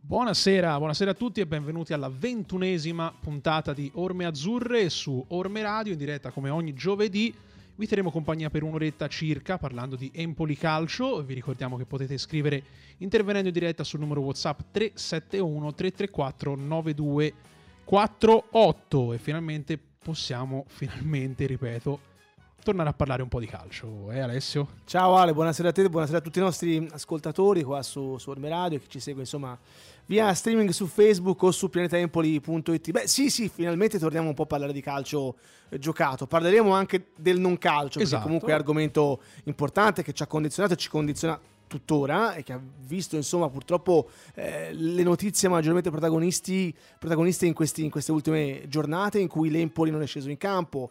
Buonasera a tutti e benvenuti alla 21esima puntata di Orme Azzurre su Orme Radio, in diretta come ogni giovedì. Vi terremo compagnia per un'oretta circa parlando di Empoli Calcio. Vi ricordiamo che potete scrivere intervenendo in diretta sul numero WhatsApp 371 334 9248 e finalmente possiamo, ripeto, tornare a parlare un po' di calcio, Alessio? Ciao Ale, buonasera a te, buonasera a tutti i nostri ascoltatori qua su Orme Radio, chi ci segue insomma via streaming su Facebook o su pianetaempoli.it. Beh sì, finalmente torniamo un po' a parlare di calcio giocato, parleremo anche del non calcio, perché comunque è un argomento importante che ci ha condizionato e ci condiziona tuttora e che ha visto insomma purtroppo le notizie maggiormente protagoniste in queste ultime giornate in cui l'Empoli non è sceso in campo,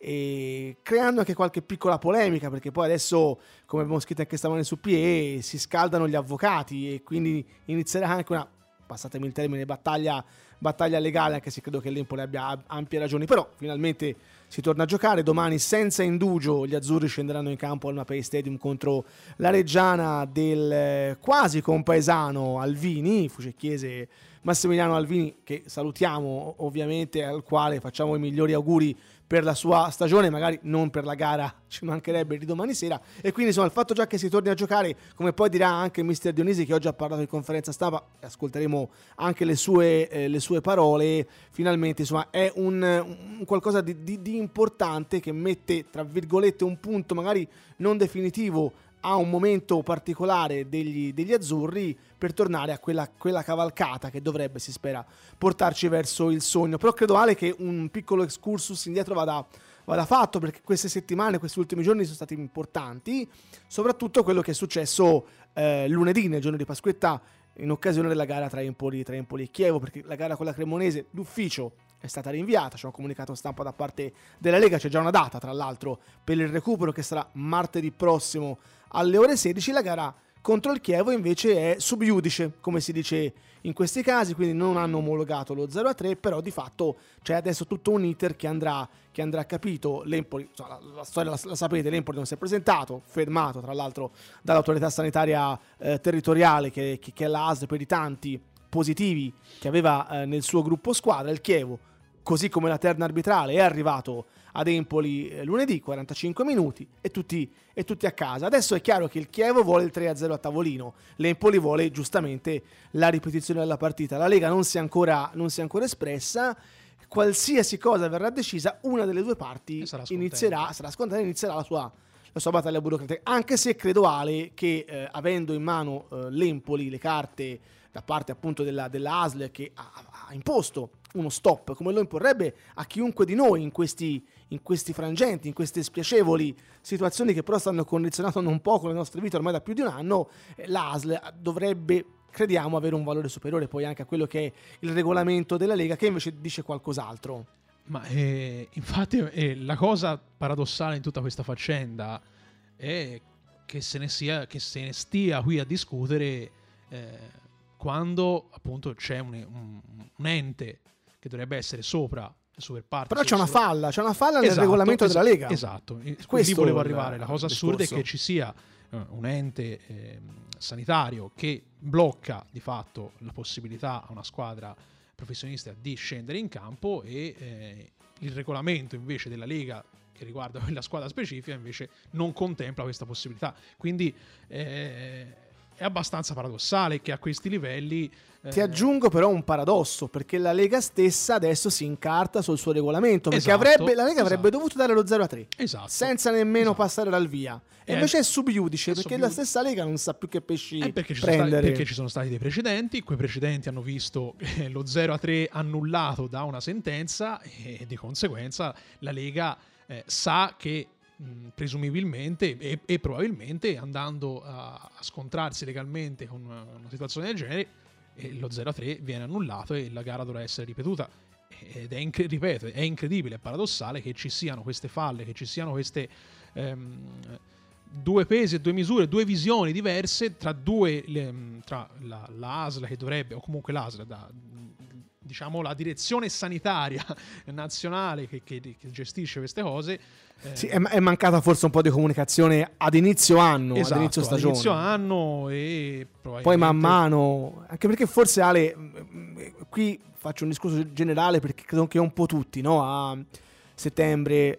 e creando anche qualche piccola polemica, perché poi adesso, come abbiamo scritto anche stamane su PE, si scaldano gli avvocati e quindi inizierà anche una, passatemi il termine, battaglia legale, anche se credo che l'Empoli abbia ampie ragioni. Però finalmente si torna a giocare. Domani senza indugio gli azzurri scenderanno in campo al Mapei Stadium contro la Reggiana del quasi compaesano Alvini, fucecchiese Massimiliano Alvini, che salutiamo ovviamente, al quale facciamo i migliori auguri per la sua stagione, magari non per la gara, ci mancherebbe, di domani sera. E quindi insomma il fatto già che si torni a giocare, come poi dirà anche mister Dionisi, che oggi ha parlato in conferenza stampa, ascolteremo anche le sue parole, finalmente insomma è un qualcosa di importante che mette tra virgolette un punto magari non definitivo a un momento particolare degli azzurri, per tornare a quella cavalcata che dovrebbe, si spera, portarci verso il sogno. Però credo, Ale, che un piccolo excursus indietro vada fatto, perché queste settimane, questi ultimi giorni sono stati importanti, soprattutto quello che è successo lunedì, nel giorno di Pasquetta, in occasione della gara tra Empoli e Chievo, perché la gara con la Cremonese d'ufficio è stata rinviata, c'è un comunicato stampa da parte della Lega, c'è già una data tra l'altro per il recupero che sarà martedì prossimo alle ore 16. La gara contro il Chievo invece è sub iudice, come si dice in questi casi, quindi non hanno omologato lo 0-3, però di fatto c'è adesso tutto un iter che andrà capito. L'Empoli, la storia la sapete, l'Empoli non si è presentato, fermato tra l'altro dall'autorità sanitaria territoriale che è la ASL per i tanti positivi che aveva nel suo gruppo squadra. Il Chievo, così come la terna arbitrale, è arrivato ad Empoli lunedì, 45 minuti e tutti a casa. Adesso è chiaro che il Chievo vuole il 3-0 a tavolino, l'Empoli vuole giustamente la ripetizione della partita. La Lega non si è ancora espressa. Qualsiasi cosa verrà decisa, una delle due parti sarà scontata e inizierà la sua battaglia burocratica, anche se credo, Ale, che avendo in mano l'Empoli le carte da parte appunto della ASL, che ha imposto uno stop, come lo imporrebbe a chiunque di noi in questi frangenti, in queste spiacevoli situazioni che però stanno condizionando non poco le nostre vite ormai da più di un anno, l'ASL dovrebbe, crediamo, avere un valore superiore poi anche a quello che è il regolamento della Lega, che invece dice qualcos'altro. Ma infatti la cosa paradossale in tutta questa faccenda è che se ne stia qui a discutere quando appunto c'è un ente che dovrebbe essere sopra super parte. Però c'è una falla nel regolamento della Lega. Esatto, lì volevo arrivare. La cosa assurda è che ci sia un ente sanitario che blocca di fatto la possibilità a una squadra professionista di scendere in campo e il regolamento invece della Lega, che riguarda quella squadra specifica, invece non contempla questa possibilità. Quindi è abbastanza paradossale che a questi livelli ti aggiungo però un paradosso, perché la Lega stessa adesso si incarta sul suo regolamento, perché la Lega avrebbe dovuto dare lo 0-3 senza nemmeno passare dal via, e invece è sub iudice, perché la stessa Lega non sa più che pesci prendere. Perché ci sono stati dei precedenti, quei precedenti hanno visto lo 0-3 annullato da una sentenza, e di conseguenza la Lega sa che presumibilmente e probabilmente, andando a scontrarsi legalmente con una situazione del genere, lo 0-3 viene annullato e la gara dovrà essere ripetuta. Ed è incredibile, è paradossale che ci siano queste falle, che ci siano queste due pesi e due misure, due visioni diverse tra la ASL, che dovrebbe, o comunque l'ASL diciamo la direzione sanitaria nazionale che gestisce queste cose. Sì, è mancata forse un po' di comunicazione ad inizio anno, esatto, ad inizio stagione. Ad inizio anno e poi man mano, anche perché forse Ale, qui faccio un discorso generale perché credo che un po' tutti, no? A settembre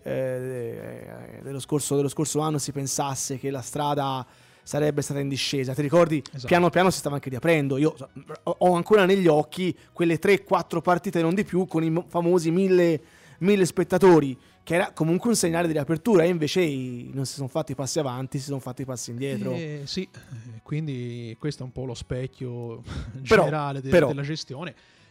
dello scorso anno si pensasse che la strada sarebbe stata in discesa. Ti ricordi? Esatto. Piano piano si stava anche riaprendo. Io ho ancora negli occhi quelle 3-4 partite, non di più, con i famosi 1000 spettatori, che era comunque un segnale di riapertura, e invece non si sono fatti passi avanti, si sono fatti passi indietro. Sì, quindi questo è un po' lo specchio generale della gestione.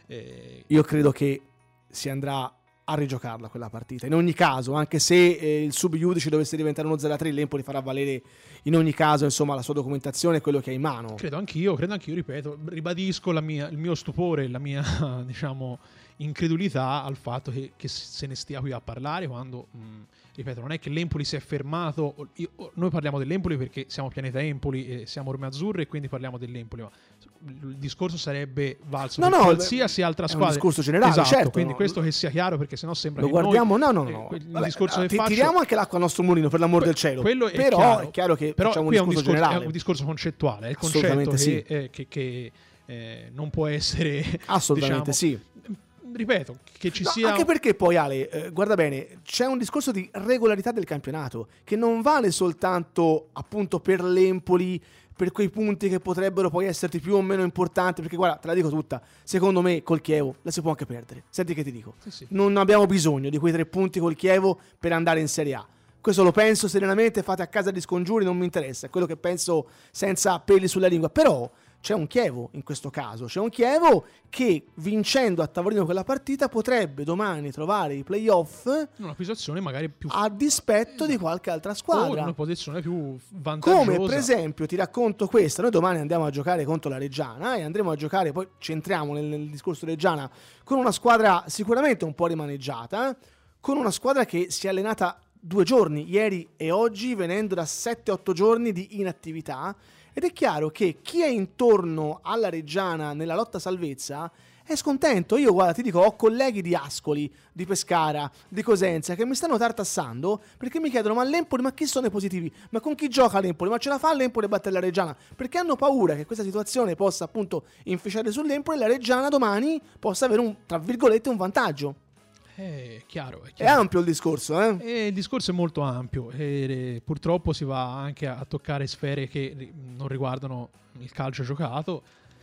Io credo che si andrà a rigiocarla quella partita in ogni caso, anche se il sub iudice dovesse diventare uno 0-3, l'Empoli farà valere in ogni caso, insomma, la sua documentazione e quello che ha in mano. Credo anch'io, ripeto, ribadisco il mio stupore, la mia diciamo incredulità al fatto che se ne stia qui a parlare quando ripeto, non è che l'Empoli si è fermato. Noi parliamo dell'Empoli perché siamo Pianeta Empoli e siamo Orme Azzurre, e quindi parliamo dell'Empoli, ma il discorso sarebbe valso per qualsiasi altra squadra. È un discorso generale, esatto, certo, quindi questo che sia chiaro, perché sennò sembra lo che guardiamo, noi, il discorso che faccio, tiriamo anche l'acqua al nostro mulino, per l'amor del cielo. Quello è però chiaro, è chiaro che però facciamo qui un discorso generale. È un discorso concettuale, è il concetto sì. che non può essere assolutamente diciamo, sì. Ripeto, che ci sia... Anche perché poi, Ale, guarda bene, c'è un discorso di regolarità del campionato che non vale soltanto appunto per l'Empoli, per quei punti che potrebbero poi esserti più o meno importanti, perché guarda, te la dico tutta, secondo me col Chievo la si può anche perdere. Senti che ti dico, sì. Non abbiamo bisogno di quei 3 punti col Chievo per andare in Serie A. Questo lo penso serenamente, fate a casa gli scongiuri, non mi interessa, è quello che penso senza peli sulla lingua, però c'è un Chievo in questo caso, c'è un Chievo che vincendo a tavolino quella partita potrebbe domani trovare i playoff in una posizione magari più a dispetto di qualche altra squadra, o in una posizione più vantaggiosa. Come per esempio, ti racconto questa, noi domani andiamo a giocare contro la Reggiana e andremo a giocare, poi ci entriamo nel discorso Reggiana, con una squadra sicuramente un po' rimaneggiata, con una squadra che si è allenata 2 giorni, ieri e oggi, venendo da 7-8 giorni di inattività. Ed è chiaro che chi è intorno alla Reggiana nella lotta salvezza è scontento. Io, guarda, ti dico, ho colleghi di Ascoli, di Pescara, di Cosenza che mi stanno tartassando perché mi chiedono: ma l'Empoli, ma chi sono i positivi? Ma con chi gioca l'Empoli? Ma ce la fa l'Empoli a battere la Reggiana? Perché hanno paura che questa situazione possa appunto inficiare sull'Empoli e la Reggiana domani possa avere tra virgolette un vantaggio. È chiaro. È ampio il discorso, il discorso è molto ampio e purtroppo si va anche a toccare sfere che non riguardano il calcio giocato.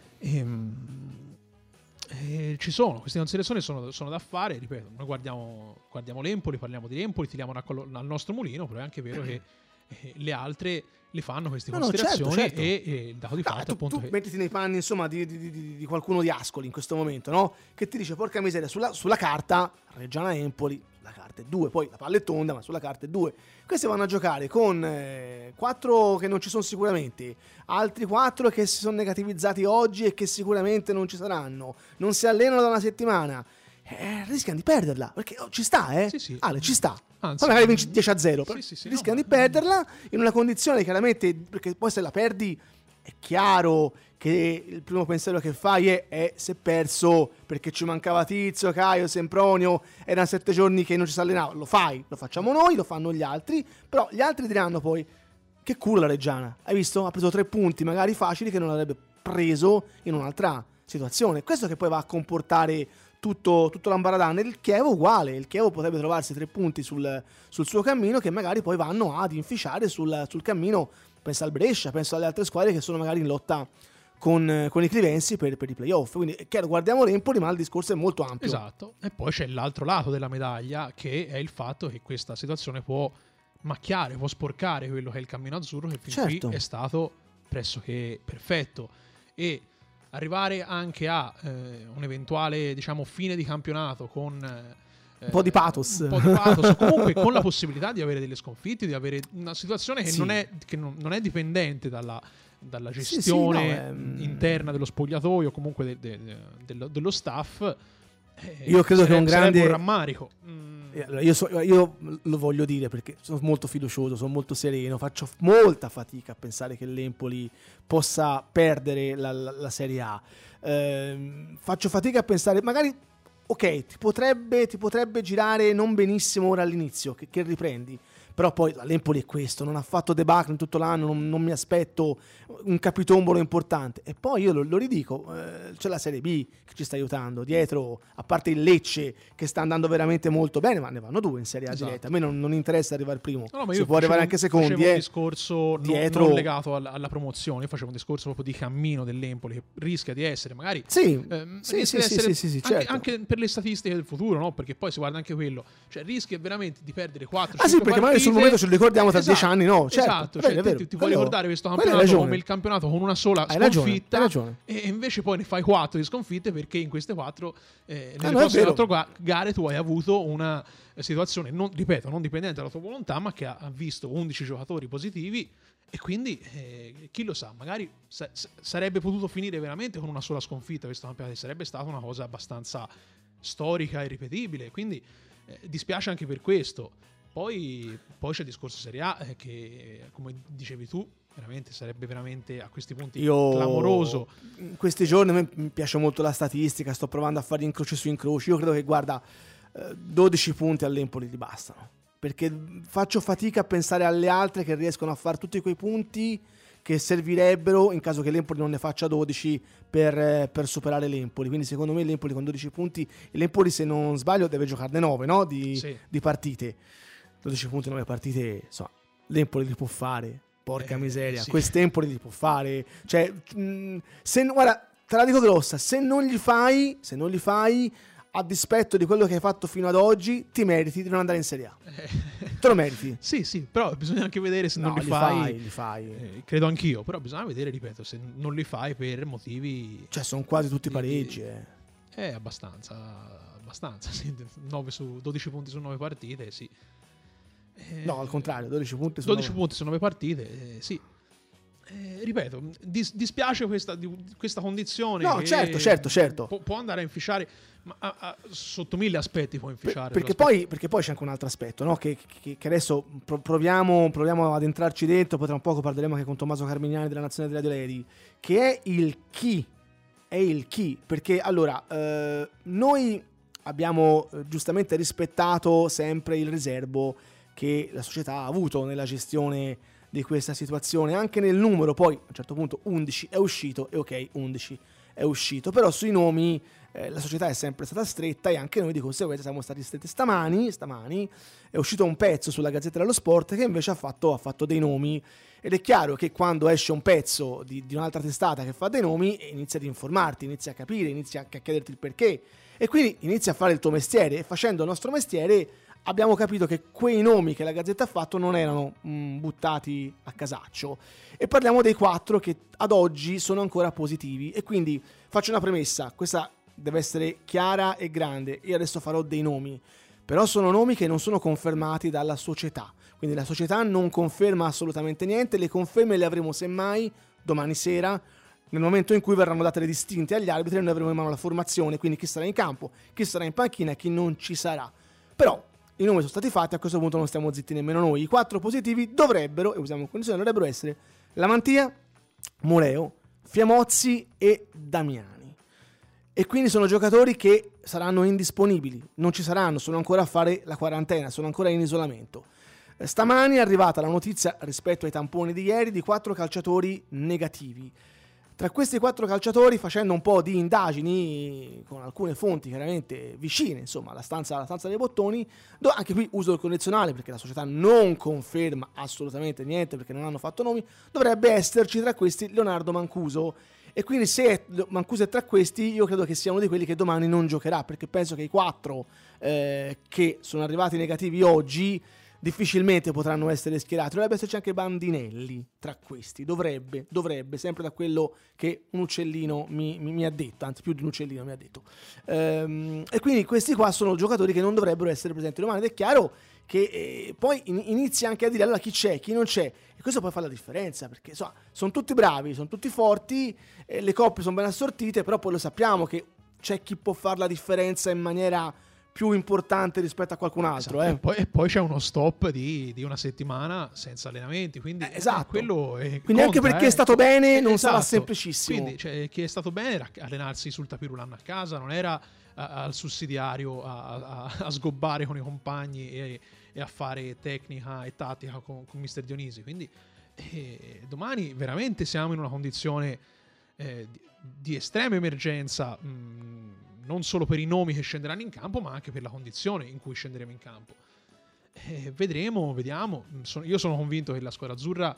Ci sono queste considerazioni, sono da fare. Ripeto, noi guardiamo l'Empoli, parliamo di Empoli, tiriamo al nostro mulino, però è anche vero che le altre le fanno queste considerazioni, certo. E il dato di fatto appunto tu mettiti nei panni, insomma, di qualcuno di Ascoli in questo momento, no? Che ti dice: porca miseria, sulla carta Reggiana Empoli, la carta è 2, poi la palla è tonda, ma sulla carta è 2. Questi vanno a giocare con 4 che non ci sono sicuramente, altri 4 che si sono negativizzati oggi e che sicuramente non ci saranno, non si allenano da una settimana. Rischiano di perderla, perché ci sta, Sì. Ale, ci sta. Anzi, poi magari vinci 10-0, però sì, rischiano di perderla in una condizione chiaramente, perché poi se la perdi è chiaro che il primo pensiero che fai è se perso perché ci mancava Tizio, Caio, Sempronio, erano 7 giorni che non ci si allenava. Lo facciamo noi, lo fanno gli altri, però gli altri diranno poi: che culo la Reggiana, hai visto? Ha preso 3 punti magari facili che non avrebbe preso in un'altra situazione. Questo che poi va a comportare tutto l'ambaradan. Il Chievo uguale, il Chievo potrebbe trovarsi 3 punti sul suo cammino che magari poi vanno ad inficiare sul cammino. Penso al Brescia, penso alle altre squadre che sono magari in lotta con i Clivensi per i playoff. Quindi è chiaro, guardiamo l'Empoli, ma il discorso è molto ampio. Esatto. E poi c'è l'altro lato della medaglia, che è il fatto che questa situazione può macchiare, può sporcare quello che è il cammino azzurro, che fin qui è stato pressoché perfetto, e arrivare anche a un eventuale, diciamo, fine di campionato con un po' di pathos, comunque con la possibilità di avere delle sconfitte, di avere una situazione che non è dipendente dalla gestione interna dello spogliatoio, comunque dello staff. Io credo che un grande rammarico. Io lo voglio dire perché sono molto fiducioso, sono molto sereno, faccio molta fatica a pensare che l'Empoli possa perdere la Serie A. Faccio fatica a pensare, magari ok, ti potrebbe girare non benissimo ora all'inizio, che riprendi. Però poi l'Empoli è questo, non ha fatto debacle in tutto l'anno, non mi aspetto un capitombolo importante. E poi io lo ridico, c'è la Serie B che ci sta aiutando, dietro, a parte il Lecce che sta andando veramente molto bene, ma ne vanno 2 in Serie A diretta. A me non interessa arrivare primo, ma si può arrivare anche secondi. Facevo un discorso dietro... non legato alla promozione, io facevo un discorso proprio di cammino dell'Empoli che rischia di essere magari sì, certo. Anche per le statistiche del futuro, no? Perché poi si guarda anche quello, cioè rischia veramente di perdere 4-5 sì, perché magari sul momento ce lo ricordiamo tra 10 anni, no? Certo, esatto, cioè, ti puoi ricordare questo campionato come il campionato con una sola sconfitta, ragione. E invece poi ne fai 4 di sconfitte perché in queste 4 nelle prossime 4 gare tu hai avuto una situazione, non dipendente dalla tua volontà, ma che ha visto 11 giocatori positivi, e quindi chi lo sa, magari sarebbe potuto finire veramente con una sola sconfitta questo campionato, sarebbe stata una cosa abbastanza storica e ripetibile, quindi dispiace anche per questo. Poi c'è il discorso Serie A che, come dicevi tu, veramente sarebbe veramente a questi punti clamoroso. In questi giorni a me mi piace molto la statistica, sto provando a fare incroci su incroci. Io credo che, guarda, 12 punti all'Empoli gli bastano, perché faccio fatica a pensare alle altre che riescono a fare tutti quei punti che servirebbero in caso che l'Empoli non ne faccia 12 per superare l'Empoli. Quindi secondo me l'Empoli con 12 punti, l'Empoli, se non sbaglio, deve giocarne 9, no? Di partite. 12 punti, 9 partite, insomma, l'Empoli li può fare. Porca miseria, quest'Empoli li può fare. Cioè, guarda, te la dico grossa, se non li fai, a dispetto di quello che hai fatto fino ad oggi, ti meriti di non andare in Serie A. Te lo meriti. Sì, però bisogna anche vedere se non li fai. Credo anch'io, però bisogna vedere, ripeto, se non li fai per motivi... Cioè, sono quasi tutti pareggi. Abbastanza, sì. 12 punti su 9 partite, sì. No, al contrario, 12 punti su 9 partite, sì. Ripeto, dispiace questa condizione. No, certo. Può andare a inficiare, ma sotto 1000 aspetti può inficiare. Perché poi c'è anche un altro aspetto, no? Che adesso proviamo ad entrarci dentro, poi tra un poco parleremo anche con Tommaso Carmignani della Nazionale dei Radio Lady, che è il chi. Perché allora, noi abbiamo giustamente rispettato sempre il riservo che la società ha avuto nella gestione di questa situazione, anche nel numero. Poi a un certo punto 11 è uscito, e ok, 11 è uscito, però sui nomi la società è sempre stata stretta, e anche noi di conseguenza siamo stati stretti. Stamani è uscito un pezzo sulla Gazzetta dello Sport che invece ha fatto dei nomi, ed è chiaro che quando esce un pezzo di un'altra testata che fa dei nomi, inizi ad informarti, inizi a capire, inizi a chiederti il perché, e quindi inizi a fare il tuo mestiere, e facendo il nostro mestiere abbiamo capito che quei nomi che la Gazzetta ha fatto non erano buttati a casaccio, e parliamo dei 4 che ad oggi sono ancora positivi. E quindi faccio una premessa, questa deve essere chiara e grande. Io adesso farò dei nomi, però sono nomi che non sono confermati dalla società, quindi la società non conferma assolutamente niente. Le conferme le avremo semmai domani sera, nel momento in cui verranno date le distinte agli arbitri, e noi avremo in mano la formazione, quindi chi sarà in campo, chi sarà in panchina e chi non ci sarà. Però i nomi sono stati fatti, a questo punto non stiamo zitti nemmeno noi. I 4 positivi dovrebbero, e usiamo in condizione, dovrebbero essere Lamantia, Moreo, Fiamozzi e Damiani. E quindi sono giocatori che saranno indisponibili, non ci saranno, sono ancora a fare la quarantena, sono ancora in isolamento. Stamani è arrivata la notizia, rispetto ai tamponi di ieri, di 4 calciatori negativi. Tra questi 4 calciatori, facendo un po' di indagini con alcune fonti chiaramente vicine, insomma, alla stanza dei bottoni, anche qui uso il condizionale perché la società non conferma assolutamente niente, perché non hanno fatto nomi, dovrebbe esserci tra questi Leonardo Mancuso. E quindi se Mancuso è tra questi, io credo che sia uno di quelli che domani non giocherà, perché penso che i 4 che sono arrivati negativi oggi difficilmente potranno essere schierati. Dovrebbe esserci anche Bandinelli tra questi, dovrebbe, sempre da quello che un uccellino mi ha detto, anzi più di un uccellino mi ha detto. E quindi questi qua sono giocatori che non dovrebbero essere presenti domani, ed è chiaro che poi inizia anche a dire allora chi c'è, chi non c'è, e questo poi fa la differenza, perché sono tutti bravi, sono tutti forti, le coppie sono ben assortite, però poi lo sappiamo che c'è chi può fare la differenza in maniera più importante rispetto a qualcun altro. Esatto. E poi c'è uno stop di una settimana senza allenamenti, quindi esatto. Quello quindi conta, anche perché è stato bene non esatto. sarà semplicissimo. Quindi chi è stato bene era allenarsi sul tapirulan a casa, non era al sussidiario a sgobbare con i compagni e a fare tecnica e tattica con Mister Dionisi. Quindi domani veramente siamo in una condizione di estrema emergenza, non solo per i nomi che scenderanno in campo, ma anche per la condizione in cui scenderemo in campo. Vediamo. Io sono convinto che la squadra azzurra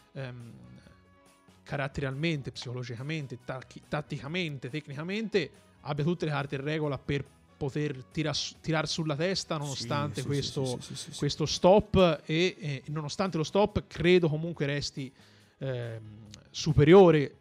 caratterialmente, psicologicamente, tatticamente, tecnicamente abbia tutte le carte in regola per poter tirar sulla testa nonostante questo stop e nonostante lo stop credo comunque resti superiore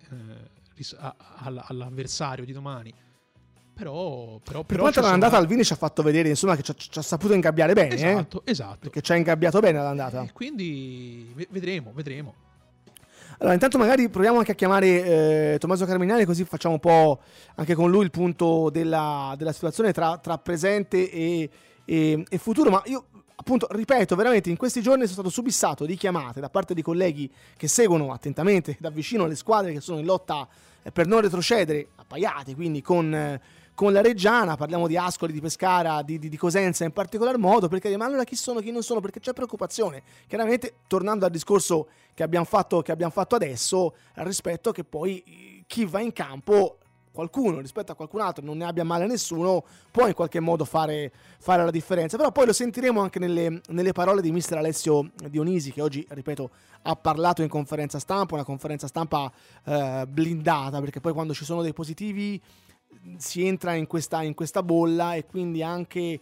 all'avversario di domani. Però per quanto l'andata Alvini ci ha fatto vedere insomma che ci ha saputo ingabbiare bene, esatto, perché ci ha ingabbiato bene all'andata, e quindi vedremo. Allora intanto magari proviamo anche a chiamare Tommaso Carminale, così facciamo un po' anche con lui il punto della situazione tra presente e futuro. Ma io appunto ripeto, veramente in questi giorni sono stato subissato di chiamate da parte di colleghi che seguono attentamente da vicino le squadre che sono in lotta per non retrocedere, appaiati quindi con la Reggiana. Parliamo di Ascoli, di Pescara, di Cosenza in particolar modo, perché ma allora chi sono, chi non sono, perché c'è preoccupazione. Chiaramente tornando al discorso che abbiamo fatto adesso, al rispetto che poi chi va in campo, qualcuno rispetto a qualcun altro, non ne abbia male a nessuno, può in qualche modo fare la differenza. Però poi lo sentiremo anche nelle parole di mister Alessio Dionisi, che oggi, ripeto, ha parlato in conferenza stampa, una conferenza stampa blindata, perché poi quando ci sono dei positivi si entra in questa bolla e quindi anche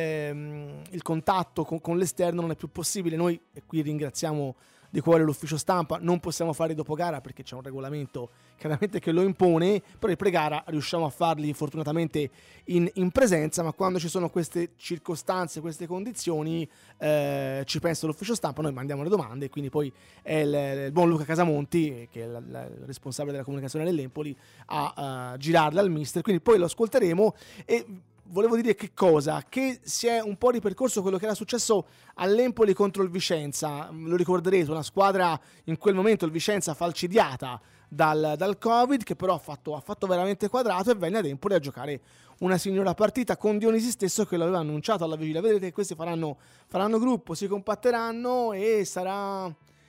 il contatto con l'esterno non è più possibile. Noi, e qui ringraziamo di cuore l'ufficio stampa, non possiamo fare dopo gara perché c'è un regolamento chiaramente che lo impone, però i pre-gara riusciamo a farli fortunatamente in presenza, ma quando ci sono queste circostanze, queste condizioni, ci pensa l'ufficio stampa, noi mandiamo le domande e quindi poi è il buon Luca Casamonti, che è il responsabile della comunicazione dell'Empoli, a girarle al mister, quindi poi lo ascolteremo. E volevo dire che si è un po' ripercorso quello che era successo all'Empoli contro il Vicenza. Lo ricorderete, una squadra in quel momento, il Vicenza, falcidiata dal Covid, che però ha fatto veramente quadrato e venne ad Empoli a giocare una signora partita con Dionisi stesso che lo aveva annunciato alla vigilia. Vedete che questi faranno gruppo, si compatteranno e sarà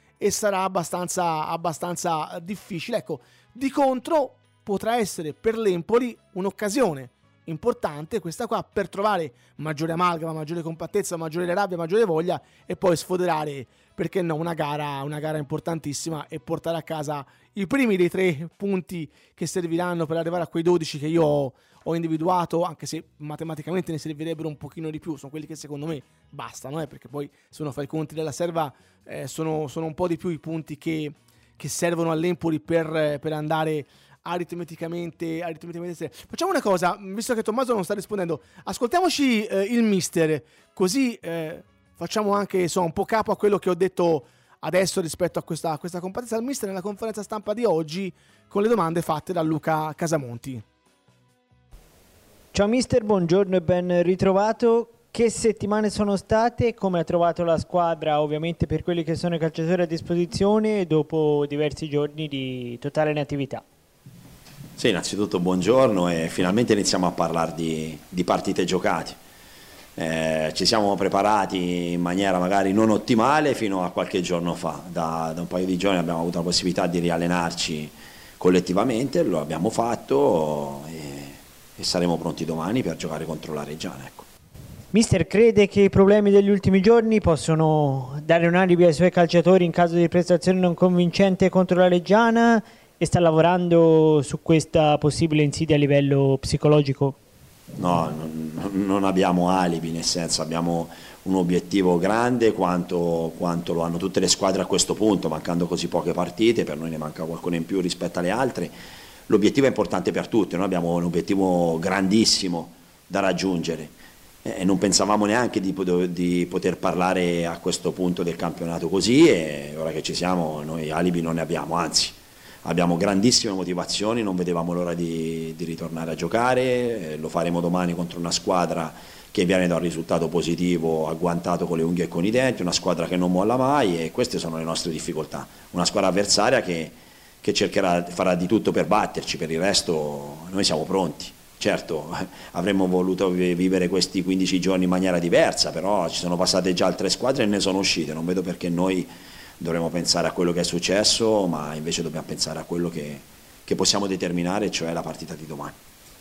abbastanza difficile. Ecco, di contro potrà essere per l'Empoli un'occasione importante questa qua per trovare maggiore amalgama, maggiore compattezza, maggiore rabbia, maggiore voglia e poi sfoderare, perché no, una gara importantissima e portare a casa i primi dei 3 punti che serviranno per arrivare a quei 12 che io ho individuato, anche se matematicamente ne servirebbero un pochino di più. Sono quelli che secondo me bastano, perché poi se uno fa i conti della serva sono un po' di più i punti che servono all'Empoli per andare aritmeticamente. Facciamo una cosa, visto che Tommaso non sta rispondendo, ascoltiamoci il mister, così facciamo anche un po' capo a quello che ho detto adesso rispetto a questa compattezza. Il mister nella conferenza stampa di oggi con le domande fatte da Luca Casamonti. Ciao mister, buongiorno e ben ritrovato. Che settimane sono state? Come ha trovato la squadra, ovviamente per quelli che sono i calciatori a disposizione, dopo diversi giorni di totale inattività? Sì, innanzitutto buongiorno e finalmente iniziamo a parlare di partite giocate. Ci siamo preparati in maniera magari non ottimale fino a qualche giorno fa. Da un paio di giorni abbiamo avuto la possibilità di riallenarci collettivamente, lo abbiamo fatto e saremo pronti domani per giocare contro la Reggiana. Ecco. Mister, crede che i problemi degli ultimi giorni possono dare un alibi ai suoi calciatori in caso di prestazione non convincente contro la Reggiana e sta lavorando su questa possibile insidia a livello psicologico? No, non abbiamo alibi, nel senso abbiamo un obiettivo grande quanto lo hanno tutte le squadre a questo punto, mancando così poche partite, per noi ne manca qualcuna in più rispetto alle altre. L'obiettivo è importante per tutti, noi abbiamo un obiettivo grandissimo da raggiungere e non pensavamo neanche di poter parlare a questo punto del campionato così, e ora che ci siamo noi alibi non ne abbiamo, anzi abbiamo grandissime motivazioni, non vedevamo l'ora di ritornare a giocare, lo faremo domani contro una squadra che viene da un risultato positivo, agguantato con le unghie e con i denti, una squadra che non molla mai, e queste sono le nostre difficoltà, una squadra avversaria che farà di tutto per batterci, per il resto noi siamo pronti. Certo, avremmo voluto vivere questi 15 giorni in maniera diversa, però ci sono passate già altre squadre e ne sono uscite, non vedo perché noi dovremmo pensare a quello che è successo, ma invece dobbiamo pensare a quello che possiamo determinare, cioè la partita di domani.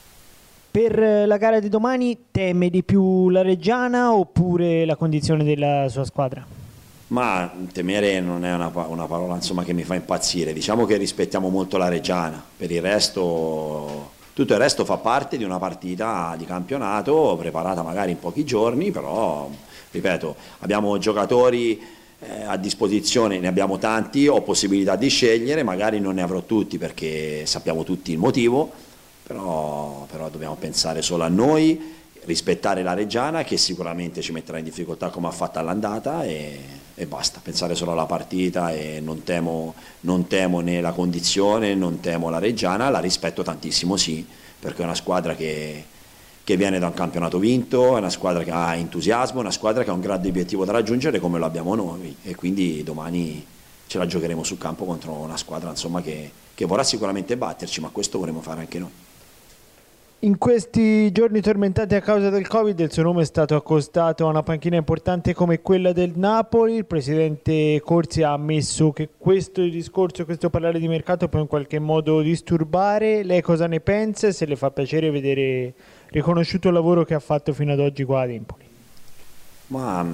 Per la gara di domani teme di più la Reggiana oppure la condizione della sua squadra? Ma temere non è una parola, insomma, che mi fa impazzire, diciamo che rispettiamo molto la Reggiana, per il resto... Tutto il resto fa parte di una partita di campionato preparata magari in pochi giorni, però, ripeto, abbiamo giocatori a disposizione, ne abbiamo tanti, ho possibilità di scegliere, magari non ne avrò tutti perché sappiamo tutti il motivo, però dobbiamo pensare solo a noi, rispettare la Reggiana che sicuramente ci metterà in difficoltà come ha fatto all'andata e basta, pensare solo alla partita, e non temo né la condizione, non temo la Reggiana, la rispetto tantissimo sì, perché è una squadra che viene da un campionato vinto, è una squadra che ha entusiasmo, è una squadra che ha un grande obiettivo da raggiungere come lo abbiamo noi, e quindi domani ce la giocheremo sul campo contro una squadra, insomma, che vorrà sicuramente batterci, ma questo vorremmo fare anche noi. In questi giorni tormentati a causa del Covid, il suo nome è stato accostato a una panchina importante come quella del Napoli. Il presidente Corsi ha ammesso che questo discorso, questo parlare di mercato può in qualche modo disturbare. Lei cosa ne pensa e se le fa piacere vedere riconosciuto il lavoro che ha fatto fino ad oggi qua ad Empoli? Ma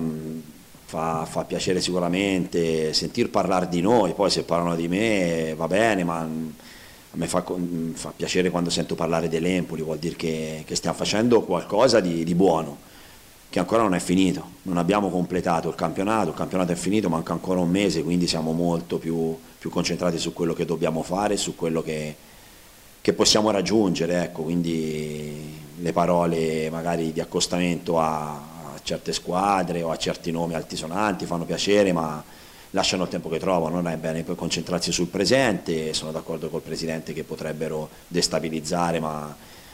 fa piacere sicuramente sentir parlare di noi, poi se parlano di me va bene, ma a me fa piacere quando sento parlare dell'Empoli, vuol dire che stiamo facendo qualcosa di buono, che ancora non è finito, non abbiamo completato il campionato è finito, manca ancora un mese, quindi siamo molto più concentrati su quello che dobbiamo fare, su quello che possiamo raggiungere, ecco, quindi le parole magari di accostamento a certe squadre o a certi nomi altisonanti fanno piacere, ma lasciano il tempo che trovano, non è bene poi concentrarsi sul presente. Sono d'accordo col Presidente che potrebbero destabilizzare, ma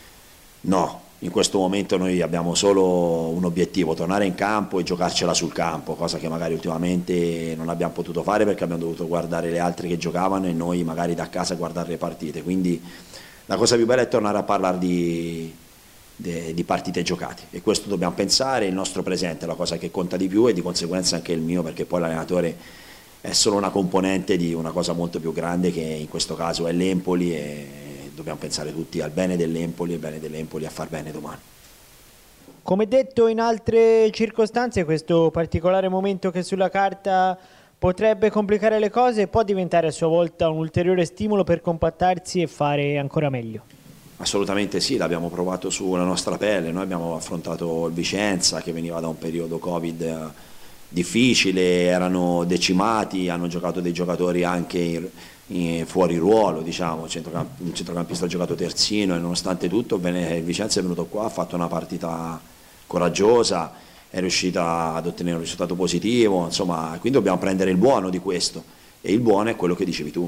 no, in questo momento noi abbiamo solo un obiettivo, tornare in campo e giocarcela sul campo, cosa che magari ultimamente non abbiamo potuto fare perché abbiamo dovuto guardare le altre che giocavano e noi magari da casa guardare le partite, quindi la cosa più bella è tornare a parlare di partite giocate, e questo dobbiamo pensare, il nostro presente è la cosa che conta di più e di conseguenza anche il mio, perché poi l'allenatore è solo una componente di una cosa molto più grande che in questo caso è l'Empoli, e dobbiamo pensare tutti al bene dell'Empoli a far bene domani. Come detto in altre circostanze, questo particolare momento che sulla carta potrebbe complicare le cose può diventare a sua volta un ulteriore stimolo per compattarsi e fare ancora meglio. Assolutamente sì, l'abbiamo provato sulla nostra pelle, noi abbiamo affrontato il Vicenza che veniva da un periodo Covid difficile, erano decimati, hanno giocato dei giocatori anche fuori ruolo, diciamo, un centrocampista ha giocato terzino e nonostante tutto il Vicenza è venuto qua, ha fatto una partita coraggiosa, è riuscita ad ottenere un risultato positivo, insomma, quindi dobbiamo prendere il buono di questo, e il buono è quello che dicevi tu,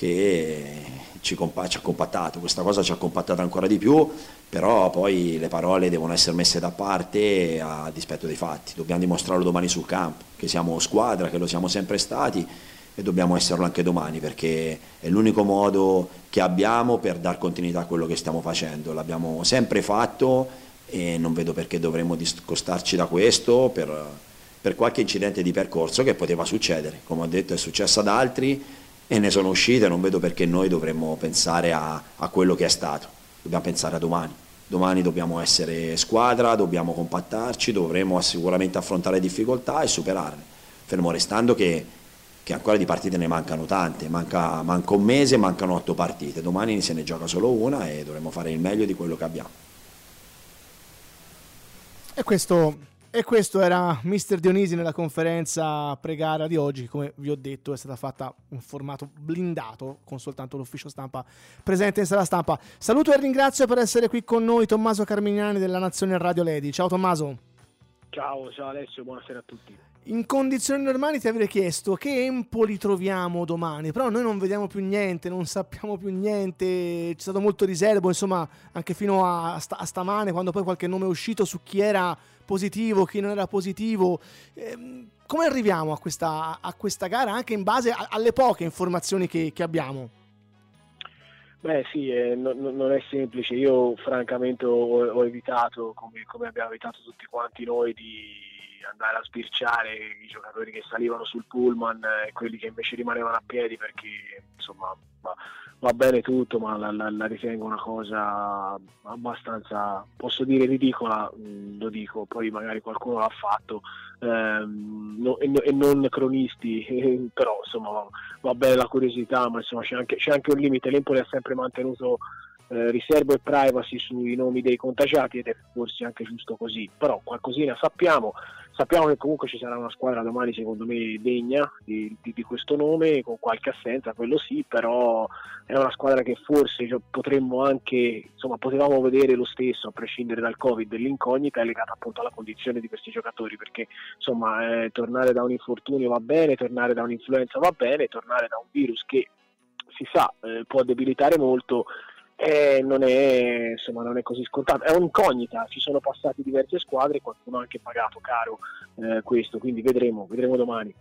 che ci ha compattato, questa cosa ci ha compattato ancora di più, però poi le parole devono essere messe da parte a dispetto dei fatti, dobbiamo dimostrarlo domani sul campo, che siamo squadra, che lo siamo sempre stati e dobbiamo esserlo anche domani, perché è l'unico modo che abbiamo per dar continuità a quello che stiamo facendo, l'abbiamo sempre fatto e non vedo perché dovremmo discostarci da questo per qualche incidente di percorso che poteva succedere, come ho detto è successo ad altri e ne sono uscite, non vedo perché noi dovremmo pensare a quello che è stato, dobbiamo pensare a domani. Domani dobbiamo essere squadra, dobbiamo compattarci, dovremo sicuramente affrontare difficoltà e superarle, fermo restando che ancora di partite ne mancano tante, manca un mese, mancano 8 partite, domani se ne gioca solo una e dovremo fare il meglio di quello che abbiamo. E questo era Mister Dionisi nella conferenza pre-gara di oggi. Come vi ho detto è stata fatta in formato blindato con soltanto l'ufficio stampa presente in sala stampa. Saluto e ringrazio per essere qui con noi Tommaso Carmignani della Nazione Radio Lady. Ciao Tommaso. Ciao Alessio, buonasera a tutti. In condizioni normali ti avrei chiesto che Empoli troviamo domani, però noi non vediamo più niente, non sappiamo più niente, c'è stato molto riservo, insomma, anche fino a stamane, quando poi qualche nome è uscito su chi era positivo, chi non era positivo. Come arriviamo a questa gara, anche in base alle poche informazioni che abbiamo? Beh sì, non è semplice. Io francamente ho evitato, come abbiamo evitato tutti quanti noi, di andare a sbirciare i giocatori che salivano sul pullman e quelli che invece rimanevano a piedi, perché insomma va bene tutto, ma la ritengo una cosa abbastanza, posso dire, ridicola, lo dico, poi magari qualcuno l'ha fatto, e non cronisti, però insomma va bene la curiosità, ma insomma c'è anche un limite. L'Empoli ha sempre mantenuto riservo e privacy sui nomi dei contagiati, ed è forse anche giusto così, però qualcosina sappiamo che comunque ci sarà una squadra domani secondo me degna di questo nome, con qualche assenza, quello sì, però è una squadra che forse potremmo anche, insomma, potevamo vedere lo stesso a prescindere dal Covid. L'incognita è legata appunto alla condizione di questi giocatori, perché insomma tornare da un infortunio va bene, tornare da un'influenza va bene, tornare da un virus che si sa può debilitare molto, non è così scontato, è un'incognita. Ci sono passati diverse squadre e qualcuno ha anche pagato caro questo, quindi vedremo domani.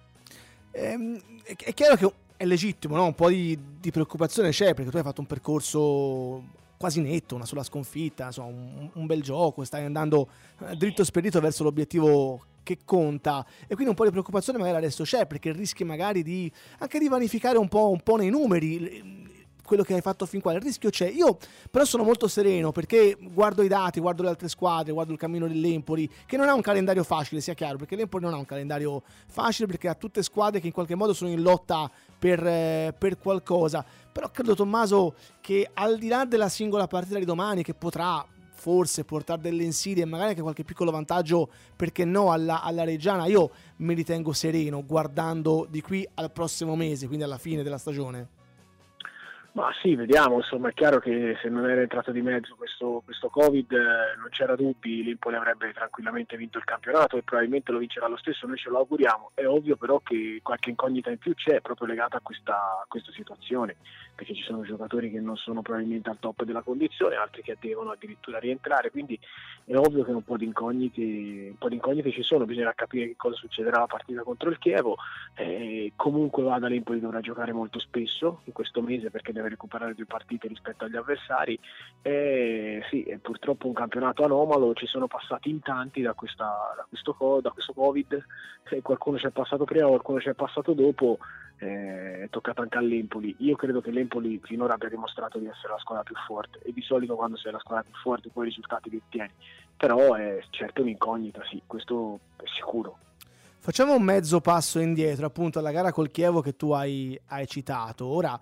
È chiaro che è legittimo, no? Un po' di preoccupazione c'è, perché tu hai fatto un percorso quasi netto, una sola sconfitta, insomma, un bel gioco, stai andando dritto spedito verso l'obiettivo che conta, e quindi un po' di preoccupazione magari adesso c'è, perché rischi magari anche di vanificare un po' nei numeri quello che hai fatto fin qua. Il rischio c'è. Io però sono molto sereno, perché guardo i dati, guardo le altre squadre, guardo il cammino dell'Empoli, che non ha un calendario facile, sia chiaro, perché l'Empoli non ha un calendario facile, perché ha tutte squadre che in qualche modo sono in lotta per qualcosa. Però credo, Tommaso, che al di là della singola partita di domani, che potrà forse portare delle insidie e magari anche qualche piccolo vantaggio, perché no, alla Reggiana, io mi ritengo sereno guardando di qui al prossimo mese, quindi alla fine della stagione. Ma sì, vediamo, insomma, è chiaro che se non era entrato di mezzo questo Covid, non c'era dubbi, l'Empoli avrebbe tranquillamente vinto il campionato e probabilmente lo vincerà lo stesso, noi ce lo auguriamo. È ovvio però che qualche incognita in più c'è, proprio legata a questa situazione, perché ci sono giocatori che non sono probabilmente al top della condizione, altri che devono addirittura rientrare, quindi è ovvio che un po' di incognite ci sono. Bisognerà capire che cosa succederà la partita contro il Chievo. Comunque vada, l'Empoli dovrà giocare molto spesso in questo mese, perché deve recuperare 2 partite rispetto agli avversari. Sì, è purtroppo un campionato anomalo, ci sono passati in tanti da questo Covid, qualcuno ci è passato prima, qualcuno ci è passato dopo, è toccato anche all'Empoli. Io credo che l'Empoli finora abbia dimostrato di essere la squadra più forte, e di solito quando sei la squadra più forte poi i risultati li ottieni, però è certo un'incognita, sì, questo è sicuro. Facciamo un mezzo passo indietro, appunto, alla gara col Chievo che tu hai citato. Ora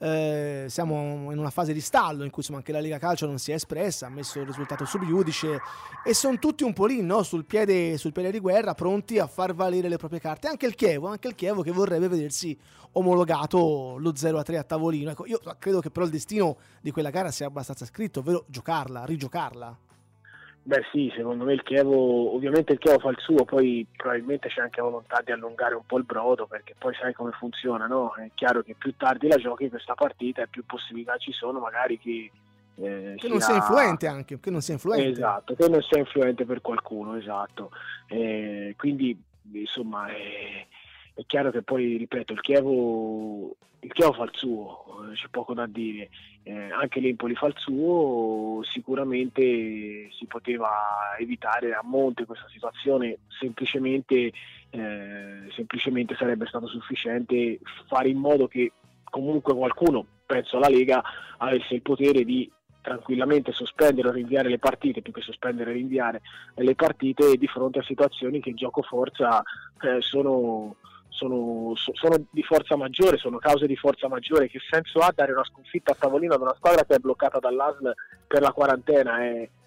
siamo in una fase di stallo in cui insomma anche la Lega Calcio non si è espressa, ha messo il risultato sub iudice, e sono tutti un po' lì, no? sul piede di guerra, pronti a far valere le proprie carte. Anche il Chievo che vorrebbe vedersi omologato lo 0-3 a tavolino. Ecco, io credo che però il destino di quella gara sia abbastanza scritto, ovvero rigiocarla. Beh sì, secondo me ovviamente il Chievo fa il suo, poi probabilmente c'è anche la volontà di allungare un po' il brodo, perché poi sai come funziona, no? È chiaro che più tardi la giochi questa partita e più possibilità ci sono magari che non sia influente anche, che non sia influente. Esatto, che non sia influente per qualcuno, esatto. Quindi insomma è chiaro che poi, ripeto, il Chievo fa il suo, c'è poco da dire. Anche l'Empoli fa il suo. Sicuramente si poteva evitare a monte questa situazione, semplicemente sarebbe stato sufficiente fare in modo che comunque qualcuno, penso alla Lega, avesse il potere di tranquillamente sospendere o rinviare le partite, più che sospendere e rinviare le partite, di fronte a situazioni che in gioco forza sono di forza maggiore, sono cause di forza maggiore. Che senso ha dare una sconfitta a tavolino ad una squadra che è bloccata dall'ASL per la quarantena?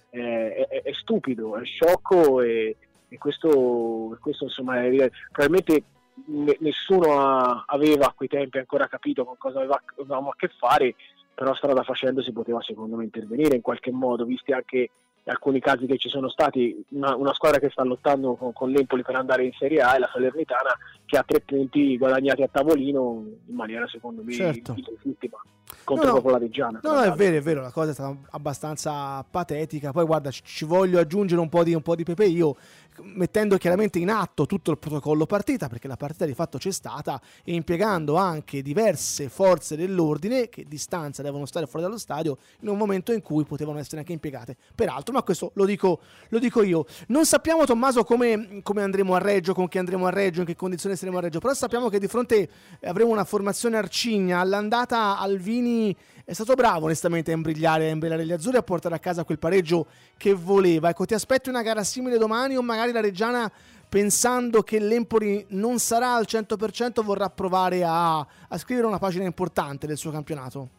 È stupido, è sciocco, e questo insomma probabilmente nessuno aveva a quei tempi ancora capito con cosa avevamo a che fare, però strada facendo si poteva secondo me intervenire in qualche modo, visti anche alcuni casi che ci sono stati, una squadra che sta lottando con l'Empoli per andare in Serie A è la Salernitana, che ha 3 punti guadagnati a tavolino in maniera secondo me legittima contro proprio la Reggiana. No, è vero, la cosa è stata abbastanza patetica. Poi guarda, ci voglio aggiungere un po' di pepe io, mettendo chiaramente in atto tutto il protocollo partita, perché la partita di fatto c'è stata, e impiegando anche diverse forze dell'ordine che di stanza devono stare fuori dallo stadio in un momento in cui potevano essere anche impiegate peraltro, ma questo lo dico io. Non sappiamo, Tommaso, come andremo a Reggio, con chi andremo a Reggio, in che condizioni saremo a Reggio, però sappiamo che di fronte avremo una formazione arcigna. All'andata Alvini è stato bravo onestamente a imbrigliare gli azzurri, a portare a casa quel pareggio che voleva. Ecco, ti aspetti una gara simile domani, o magari la Reggiana, pensando che l'Empoli non sarà al 100%, vorrà provare a scrivere una pagina importante del suo campionato?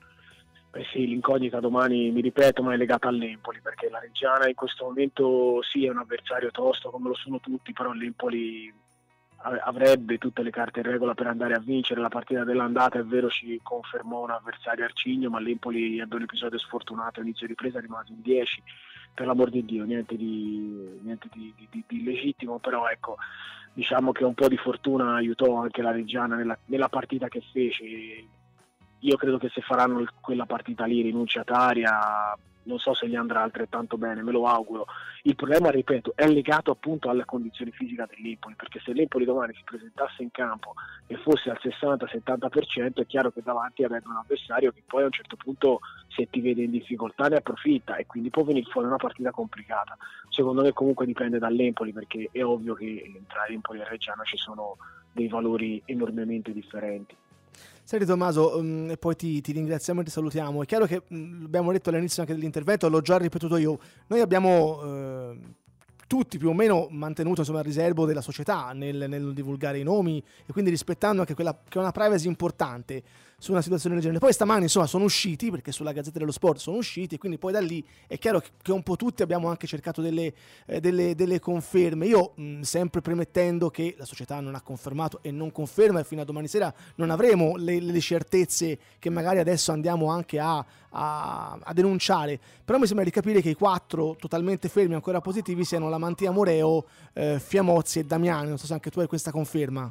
Beh sì, l'incognita domani, mi ripeto, ma è legata all'Empoli, perché la Reggiana in questo momento sì è un avversario tosto come lo sono tutti, però l'Empoli avrebbe tutte le carte in regola per andare a vincere. La partita dell'andata, è vero, ci confermò un avversario arcigno, ma l'Empoli ebbe un episodio sfortunato, inizio ripresa rimase in 10, per l'amor di Dio, niente di illegittimo, però ecco, diciamo che un po' di fortuna aiutò anche la Reggiana nella partita che fece. Io credo che se faranno quella partita lì rinunciataria, non so se gli andrà altrettanto bene, me lo auguro. Il problema, ripeto, è legato appunto alla condizione fisica dell'Empoli, perché se l'Empoli domani si presentasse in campo e fosse al 60-70%, è chiaro che davanti avrebbe un avversario che poi a un certo punto, se ti vede in difficoltà, ne approfitta, e quindi può venire fuori una partita complicata. Secondo me comunque dipende dall'Empoli, perché è ovvio che tra Empoli e Reggiana ci sono dei valori enormemente differenti. Senti Tommaso, e poi ti ringraziamo e ti salutiamo. È chiaro che abbiamo detto all'inizio anche dell'intervento, l'ho già ripetuto io, noi abbiamo tutti più o meno mantenuto il riservo della società nel divulgare i nomi, e quindi rispettando anche quella che è una privacy importante su una situazione del genere. Poi stamani sono usciti, perché sulla Gazzetta dello Sport sono usciti, e quindi poi da lì è chiaro che un po' tutti abbiamo anche cercato delle conferme. Io sempre premettendo che la società non ha confermato e non conferma, e fino a domani sera non avremo le certezze che magari adesso andiamo anche a denunciare, però mi sembra di capire che i 4 totalmente fermi, ancora positivi, siano Lamantia, Moreo, Fiamozzi e Damiani. Non so se anche tu hai questa conferma.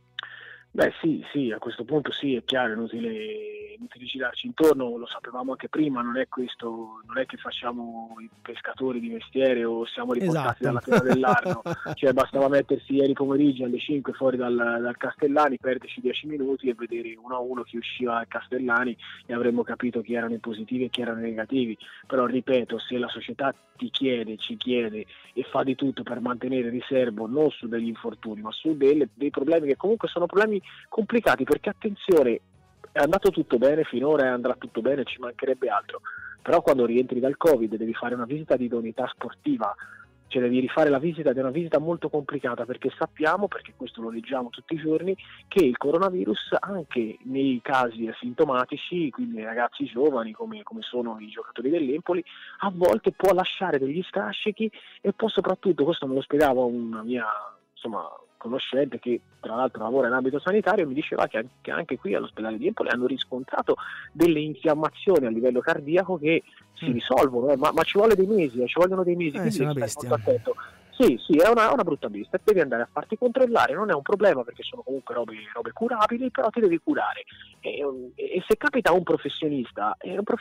Beh sì, a questo punto sì, è chiaro, è inutile girarci intorno, lo sapevamo anche prima, non è che facciamo i pescatori di mestiere o siamo riportati dalla piana dell'Arno, cioè bastava mettersi ieri pomeriggio alle 5 fuori dal Castellani, perderci 10 minuti e vedere 1-1 chi usciva al Castellani, e avremmo capito chi erano i positivi e chi erano i negativi. Però ripeto, se la società ci chiede e fa di tutto per mantenere riservo non su degli infortuni ma su dei problemi che comunque sono problemi complicati, perché attenzione, è andato tutto bene finora e andrà tutto bene, ci mancherebbe altro, però quando rientri dal Covid devi fare una visita di idoneità sportiva, cioè devi rifare la visita, ed è una visita molto complicata, perché sappiamo, perché questo lo leggiamo tutti i giorni, che il coronavirus anche nei casi asintomatici, quindi nei ragazzi giovani come sono i giocatori dell'Empoli, a volte può lasciare degli strascichi, e poi soprattutto, questo me lo spiegava una mia conoscente che tra l'altro lavora in ambito sanitario, mi diceva che anche qui all'ospedale di Empoli hanno riscontrato delle infiammazioni a livello cardiaco che si risolvono, ma ci vuole dei mesi, ci vogliono dei mesi, quindi sei una bestia. Molto attento. Sì, è una brutta bestia, devi andare a farti controllare, non è un problema perché sono comunque robe curabili, però ti devi curare, e se capita a un professionista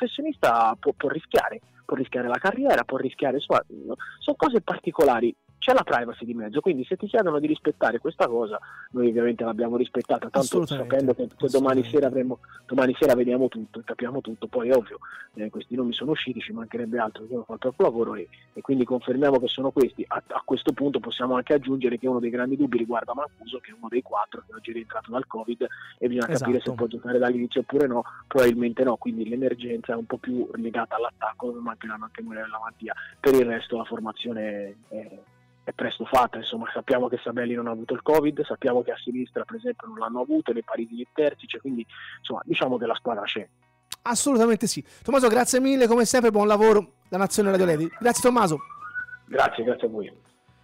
può rischiare la carriera, può rischiare, insomma, sono cose particolari. C'è la privacy di mezzo, quindi se ti chiedono di rispettare questa cosa, noi ovviamente l'abbiamo rispettata, tanto sapendo che domani sera vediamo tutto e capiamo tutto. Poi è ovvio, questi nomi sono usciti, ci mancherebbe altro, io ho fatto il lavoro e quindi confermiamo che sono questi. A questo punto possiamo anche aggiungere che uno dei grandi dubbi riguarda Mancuso, che è uno dei 4 che oggi è rientrato dal Covid, e bisogna capire se può giocare dall'inizio oppure no, probabilmente no, quindi l'emergenza è un po' più legata all'attacco, dove mancheranno anche Moreo e Lamantia. Per il resto la formazione è presto fatta, insomma, sappiamo che Sabelli non ha avuto il Covid, sappiamo che a sinistra per esempio non l'hanno avuto, le Parisi e Terzic, quindi insomma diciamo che la squadra c'è. Assolutamente sì. Tommaso, grazie mille, come sempre buon lavoro, la Nazione Radio Lady. Grazie Tommaso. Grazie a voi.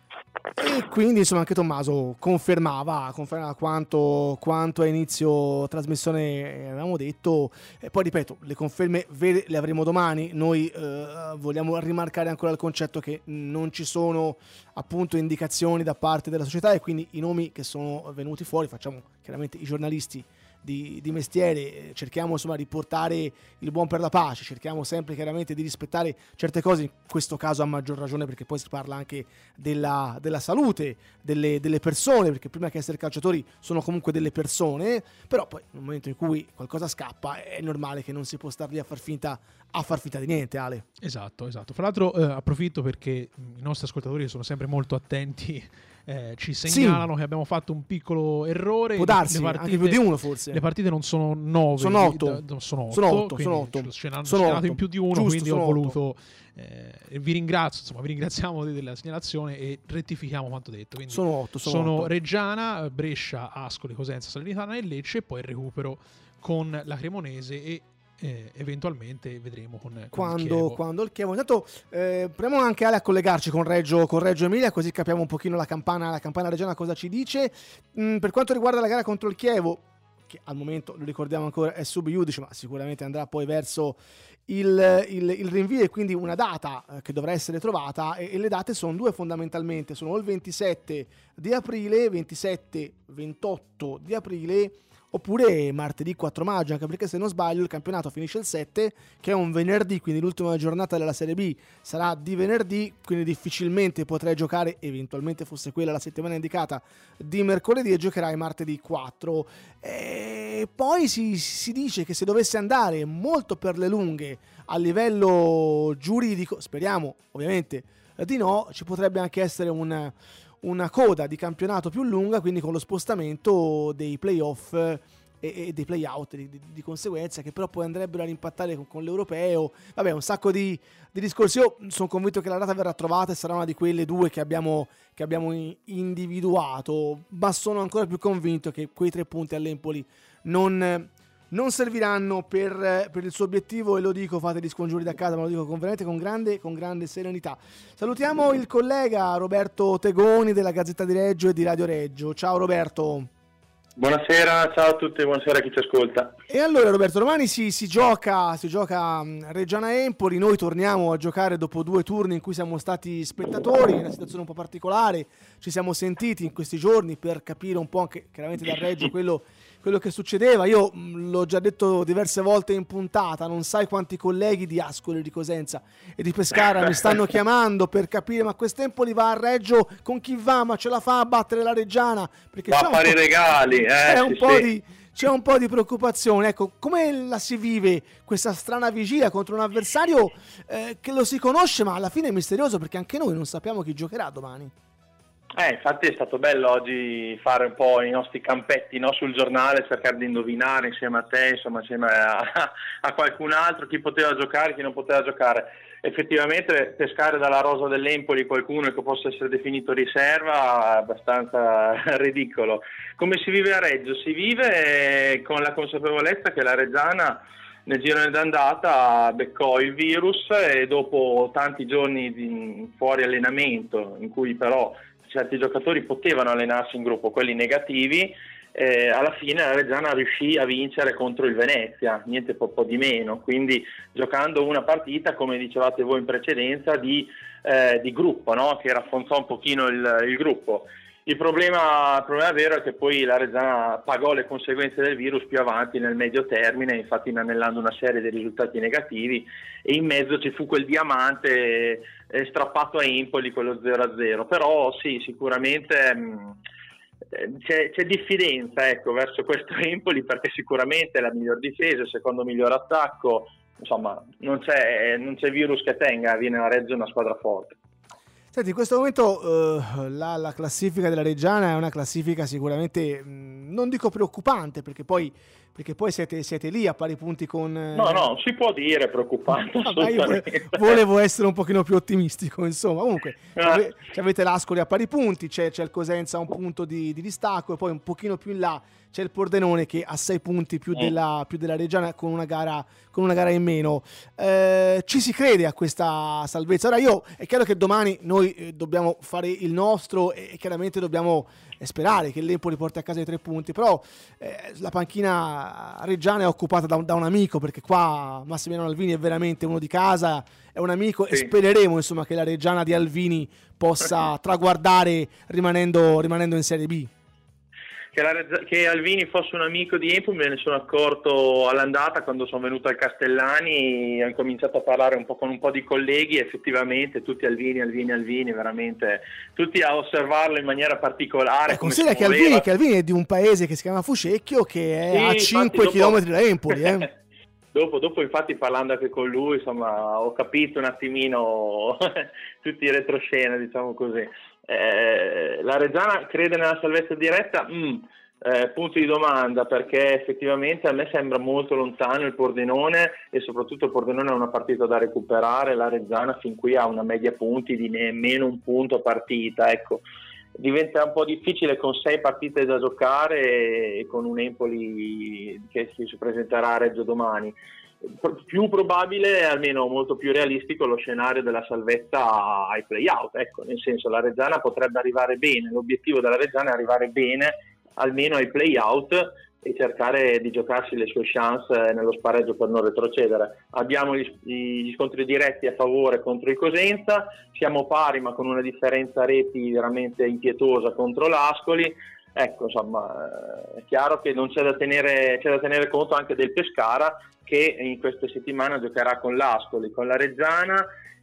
E quindi insomma anche Tommaso confermava quanto a inizio trasmissione avevamo detto, e poi ripeto, le conferme vere le avremo domani. Noi vogliamo rimarcare ancora il concetto che non ci sono appunto indicazioni da parte della società, e quindi i nomi che sono venuti fuori, facciamo chiaramente i giornalisti di mestiere, cerchiamo insomma di portare il buon per la pace, cerchiamo sempre chiaramente di rispettare certe cose, in questo caso a maggior ragione perché poi si parla anche della salute delle persone, perché prima che essere calciatori sono comunque delle persone, però poi nel momento in cui qualcosa scappa è normale che non si può star lì a far finta di niente, Ale. Esatto. Fra l'altro approfitto perché i nostri ascoltatori sono sempre molto attenti, ci segnalano che abbiamo fatto un piccolo errore. Può darsi, anche più di uno forse. Le partite non sono 9, sono 8. Sono 8. Ce n'hanno segnalato in più di uno, Giusto, quindi ho voluto... 8. Vi ringraziamo della segnalazione e rettifichiamo quanto detto. Quindi sono 8. Reggiana, Brescia, Ascoli, Cosenza, Salernitana e Lecce, e poi il recupero con la Cremonese e eventualmente vedremo con quando il Chievo. Intanto proviamo anche Ale a collegarci con Reggio Emilia, così capiamo un pochino la campana reggiana cosa ci dice. Per quanto riguarda la gara contro il Chievo, che al momento, lo ricordiamo ancora, è sub iudice, ma sicuramente andrà poi verso il rinvio, e quindi una data che dovrà essere trovata, e le date sono due fondamentalmente, sono il 27 di aprile, 27-28 di aprile, oppure martedì 4 maggio, anche perché se non sbaglio il campionato finisce il 7, che è un venerdì, quindi l'ultima giornata della Serie B sarà di venerdì, quindi difficilmente potrai giocare, eventualmente fosse quella la settimana indicata, di mercoledì, e giocherai martedì 4. E poi si dice che se dovesse andare molto per le lunghe a livello giuridico, speriamo ovviamente di no, ci potrebbe anche essere una coda di campionato più lunga, quindi con lo spostamento dei playoff e dei playout di conseguenza, che però poi andrebbero a impattare con l'europeo. Vabbè, un sacco di discorsi. Io sono convinto che la data verrà trovata e sarà una di quelle due che abbiamo individuato, ma sono ancora più convinto che quei 3 punti all'Empoli non serviranno per il suo obiettivo, e lo dico, fate gli scongiuri da casa, ma lo dico veramente con grande serenità. Salutiamo il collega Roberto Tegoni della Gazzetta di Reggio e di Radio Reggio. Ciao Roberto. Buonasera, ciao a tutti, buonasera a chi ci ascolta. E allora Roberto, domani si gioca Reggiana-Empoli, noi torniamo a giocare dopo 2 turni in cui siamo stati spettatori, in una situazione un po' particolare, ci siamo sentiti in questi giorni per capire un po' anche chiaramente da Reggio quello che succedeva. Io l'ho già detto diverse volte in puntata, non sai quanti colleghi di Ascoli, di Cosenza e di Pescara mi stanno chiamando per capire: ma quest'Empoli va a Reggio con chi va, ma ce la fa a battere la Reggiana? Perché va a fare i regali, c'è un po' di preoccupazione. Ecco, come la si vive questa strana vigilia contro un avversario che lo si conosce, ma alla fine è misterioso, perché anche noi non sappiamo chi giocherà domani. Infatti è stato bello oggi fare un po' i nostri campetti, no, sul giornale, cercare di indovinare insieme a te, insomma insieme a qualcun altro, chi poteva giocare, chi non poteva giocare. Effettivamente pescare dalla rosa dell'Empoli qualcuno che possa essere definito riserva è abbastanza ridicolo. Come si vive a Reggio? Si vive con la consapevolezza che la Reggiana nel girone d'andata beccò il virus, e dopo tanti giorni di fuori allenamento, in cui però certi giocatori potevano allenarsi in gruppo, quelli negativi, alla fine la Reggiana riuscì a vincere contro il Venezia, niente po' di meno, quindi giocando una partita, come dicevate voi in precedenza, di gruppo, no? Che rafforzò un pochino il gruppo. Il problema vero è che poi la Reggiana pagò le conseguenze del virus più avanti nel medio termine, infatti inanellando una serie di risultati negativi, e in mezzo ci fu quel diamante strappato a Empoli, quello 0-0. Però sì, sicuramente c'è diffidenza, ecco, verso questo Empoli, perché sicuramente è la miglior difesa, il secondo miglior attacco, insomma non c'è virus che tenga, viene a Reggio una squadra forte. Senti, in questo momento la classifica della Reggiana è una classifica sicuramente, non dico preoccupante, perché poi perché poi siete lì a pari punti con... No, si può dire, preoccupante. Io volevo essere un pochino più ottimistico, insomma. Comunque, avete l'Ascoli a pari punti, c'è il Cosenza a un punto di distacco, e poi un pochino più in là c'è il Pordenone che ha 6 punti più della Reggiana, con una gara in meno. Ci si crede a questa salvezza? Ora, è chiaro che domani noi dobbiamo fare il nostro, e chiaramente dobbiamo sperare che l'Empoli porti a casa i 3 punti, però la panchina reggiana è occupata da un amico, perché qua Massimiliano Alvini è veramente uno di casa, è un amico, sì. E spereremo, insomma, che la Reggiana di Alvini possa traguardare rimanendo in Serie B. Che Alvini fosse un amico di Empoli me ne sono accorto all'andata, quando sono venuto al Castellani. Ho cominciato a parlare con un po' di colleghi, effettivamente tutti Alvini, veramente tutti a osservarlo in maniera particolare. Considera che Alvini è di un paese che si chiama Fucecchio, che è a 5 km da Empoli. Dopo infatti, parlando anche con lui, insomma, ho capito un attimino tutti i retroscena, diciamo così. La Reggiana crede nella salvezza diretta? Punto di domanda, perché effettivamente a me sembra molto lontano il Pordenone, e soprattutto il Pordenone ha una partita da recuperare. La Reggiana fin qui ha una media punti di nemmeno un punto a partita, ecco. Diventa un po' difficile con 6 partite da giocare e con un Empoli che si presenterà a Reggio domani. Più probabile, almeno molto più realistico, lo scenario della salvezza ai play-out, ecco, nel senso, la Reggiana potrebbe arrivare bene, l'obiettivo della Reggiana è arrivare bene almeno ai play-out e cercare di giocarsi le sue chance nello spareggio per non retrocedere. Abbiamo gli scontri diretti a favore contro il Cosenza, siamo pari ma con una differenza reti veramente impietosa contro l'Ascoli. Ecco, insomma, è chiaro che non c'è da tenere conto anche del Pescara, che in queste settimane giocherà con l'Ascoli, con la Reggiana,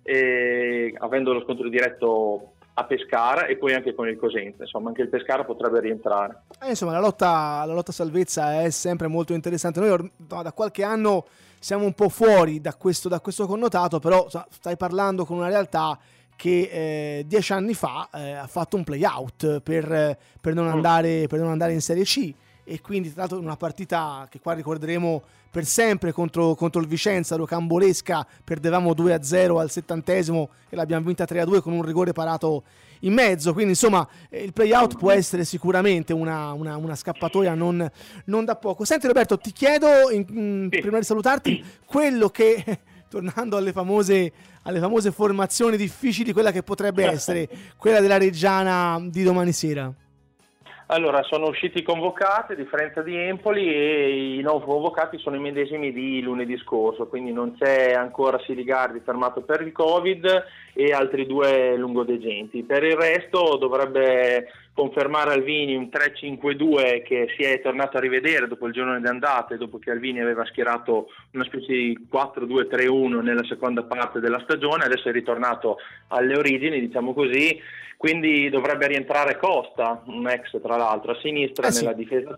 avendo lo scontro diretto a Pescara, e poi anche con il Cosenza. Insomma, anche il Pescara potrebbe rientrare. Insomma, la lotta salvezza è sempre molto interessante. Noi da qualche anno siamo un po' fuori da questo connotato, però stai parlando con una realtà che 10 anni fa ha fatto un play-out per non andare in Serie C, e quindi tra l'altro una partita che qua ricorderemo per sempre contro il Vicenza, rocambolesca, perdevamo 2-0 al 70° e l'abbiamo vinta 3-2 con un rigore parato in mezzo. Quindi insomma il play-out può essere sicuramente una scappatoia non da poco. Senti Roberto, ti chiedo prima di salutarti quello che, tornando alle famose formazioni difficili, quella che potrebbe essere quella della Reggiana di domani sera. Allora, sono usciti i convocati a differenza di Empoli, e i non convocati sono i medesimi di lunedì scorso, quindi non c'è ancora Siligardi fermato per il Covid e altri 2 lungodegenti. Per il resto dovrebbe confermare Alvini un 3-5-2 che si è tornato a rivedere dopo il giorno di andata, e dopo che Alvini aveva schierato una specie di 4-2-3-1 nella seconda parte della stagione. Adesso è ritornato alle origini, diciamo così. Quindi dovrebbe rientrare Costa, un ex tra l'altro, a sinistra nella difesa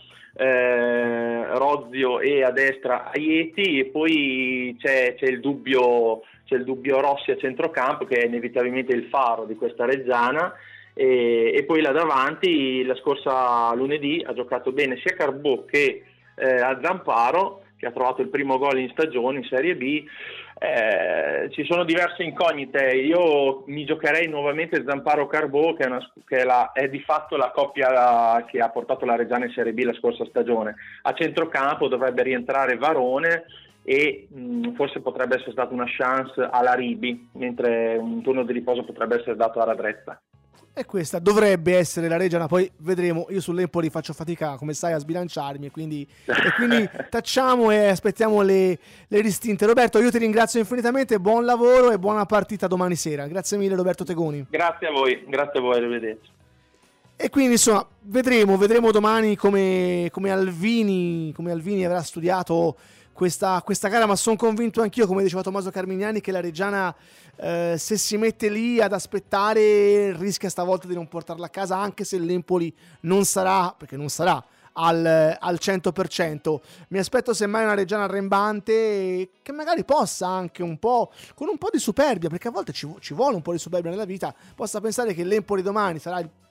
3, Rozio, e a destra Aieti, e poi c'è il dubbio Rossi a centrocampo, che è inevitabilmente il faro di questa Reggiana, e poi là davanti la scorsa lunedì ha giocato bene sia Carbò che a Zamparo, che ha trovato il primo gol in stagione in Serie B. Ci sono diverse incognite. Io mi giocherei nuovamente Zamparo-Carbò, che è di fatto la coppia che ha portato la Reggiana in Serie B la scorsa stagione. A centrocampo dovrebbe rientrare Varone, e forse potrebbe essere stata una chance alla Ribi, mentre un turno di riposo potrebbe essere dato a Radrezza. E questa dovrebbe essere la Reggiana, poi vedremo. Io sull'Empoli faccio fatica, come sai, a sbilanciarmi, e quindi tacciamo e aspettiamo le distinte. Roberto, io ti ringrazio infinitamente, buon lavoro e buona partita domani sera. Grazie mille Roberto Tegoni. Grazie a voi, arrivederci. E quindi insomma vedremo domani come Alvini avrà studiato questa gara, ma sono convinto anch'io, come diceva Tommaso Carmignani, che la Reggiana, se si mette lì ad aspettare, rischia stavolta di non portarla a casa, anche se l'Empoli non sarà al 100%. Mi aspetto semmai una Reggiana arrembante, che magari possa anche con un po' di superbia, perché a volte ci vuole un po' di superbia nella vita, possa pensare che l'Empoli domani sarà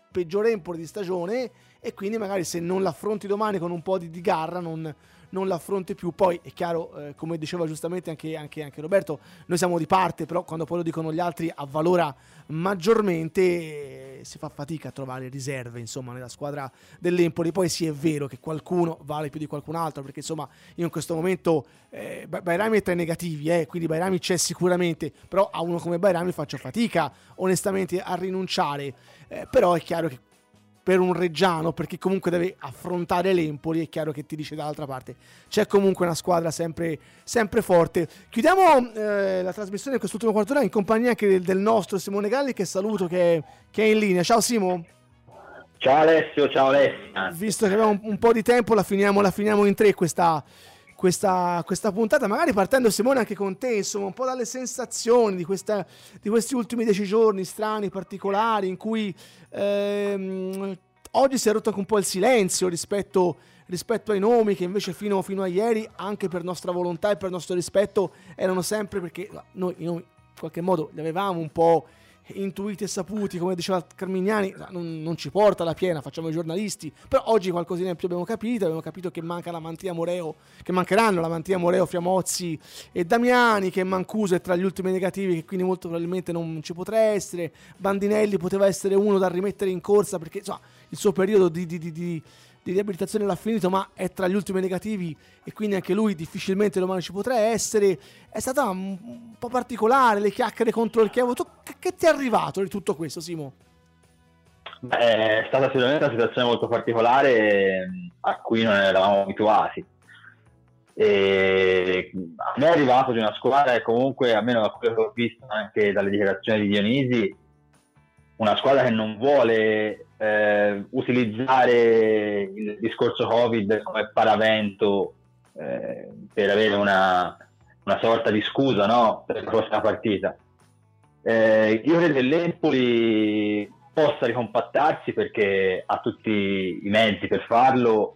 peggior Empoli di stagione, e quindi magari se non l'affronti domani con un po' di garra non l'affronti più. Poi è chiaro, come diceva giustamente anche Roberto, noi siamo di parte, però quando poi lo dicono gli altri avvalora maggiormente, si fa fatica a trovare riserve insomma nella squadra dell'Empoli. Poi sì, è vero che qualcuno vale più di qualcun altro, perché insomma io in questo momento Bairami è tra i negativi, quindi Bairami c'è sicuramente, però a uno come Bairami faccio fatica onestamente a rinunciare, però è chiaro che per un reggiano, perché comunque deve affrontare l'Empoli, è chiaro che ti dice dall'altra parte c'è comunque una squadra sempre forte. Chiudiamo la trasmissione in quest'ultimo quarto d'ora in compagnia anche del nostro Simone Galli, che saluto, che è in linea. Ciao Simo. Ciao Alessio, ciao Alessia. Visto che abbiamo un po' di tempo, la finiamo in 3 questa puntata, magari partendo, Simone, anche con te, insomma, un po' dalle sensazioni di questi ultimi 10 giorni strani, particolari, in cui oggi si è rotto anche un po' il silenzio rispetto ai nomi che invece fino a ieri, anche per nostra volontà e per nostro rispetto, erano sempre, perché noi i nomi in qualche modo li avevamo un po' intuiti e saputi, come diceva Carmignani, non ci porta alla piena, facciamo i giornalisti, però oggi qualcosina in più abbiamo capito che manca la Mantia Moreo, che mancheranno la Mantia Moreo, Fiamozzi e Damiani, che Mancuso è tra gli ultimi negativi, che quindi molto probabilmente non ci potrà essere. Bandinelli poteva essere uno da rimettere in corsa, perché insomma il suo periodo di riabilitazione l'ha finito, ma è tra gli ultimi negativi e quindi anche lui difficilmente domani ci potrà essere. È stata un po' particolare, le chiacchiere contro il Chievo. Tu che ti è arrivato di tutto questo, Simo? È stata sicuramente una situazione molto particolare a cui non eravamo abituati. E a me è arrivato di una squadra che comunque, almeno da quello che ho visto anche dalle dichiarazioni di Dionisi, una squadra che non vuole utilizzare il discorso Covid come paravento per avere una sorta di scusa, no? Per la prossima partita. Io credo che l'Empoli possa ricompattarsi, perché ha tutti i mezzi per farlo,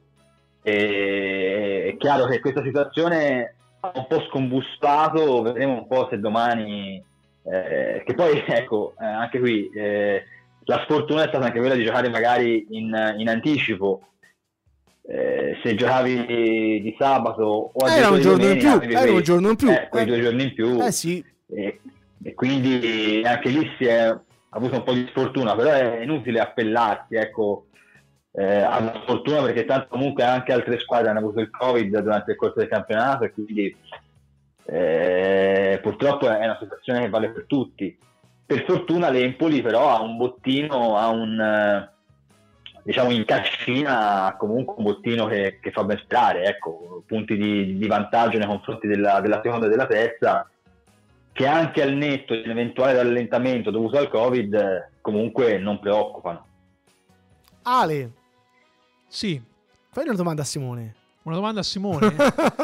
e è chiaro che questa situazione ha un po' scombustato. Vedremo un po' se domani che poi ecco, anche qui la sfortuna è stata anche quella di giocare magari in anticipo. Se giocavi di sabato o era un giorno in più, quei 2 giorni in più, sì. E quindi anche lì si è avuto un po' di sfortuna, però è inutile appellarsi, ecco, alla sfortuna, perché tanto comunque anche altre squadre hanno avuto il Covid durante il corso del campionato, e quindi purtroppo è una situazione che vale per tutti. Per fortuna l'Empoli però ha un bottino, ha un diciamo in cascina comunque un bottino che fa ben sperare, ecco, punti di vantaggio nei confronti della seconda e della terza, che anche al netto di un eventuale rallentamento dovuto al Covid comunque non preoccupano. Ale, sì, fai una domanda a Simone. Una domanda a Simone?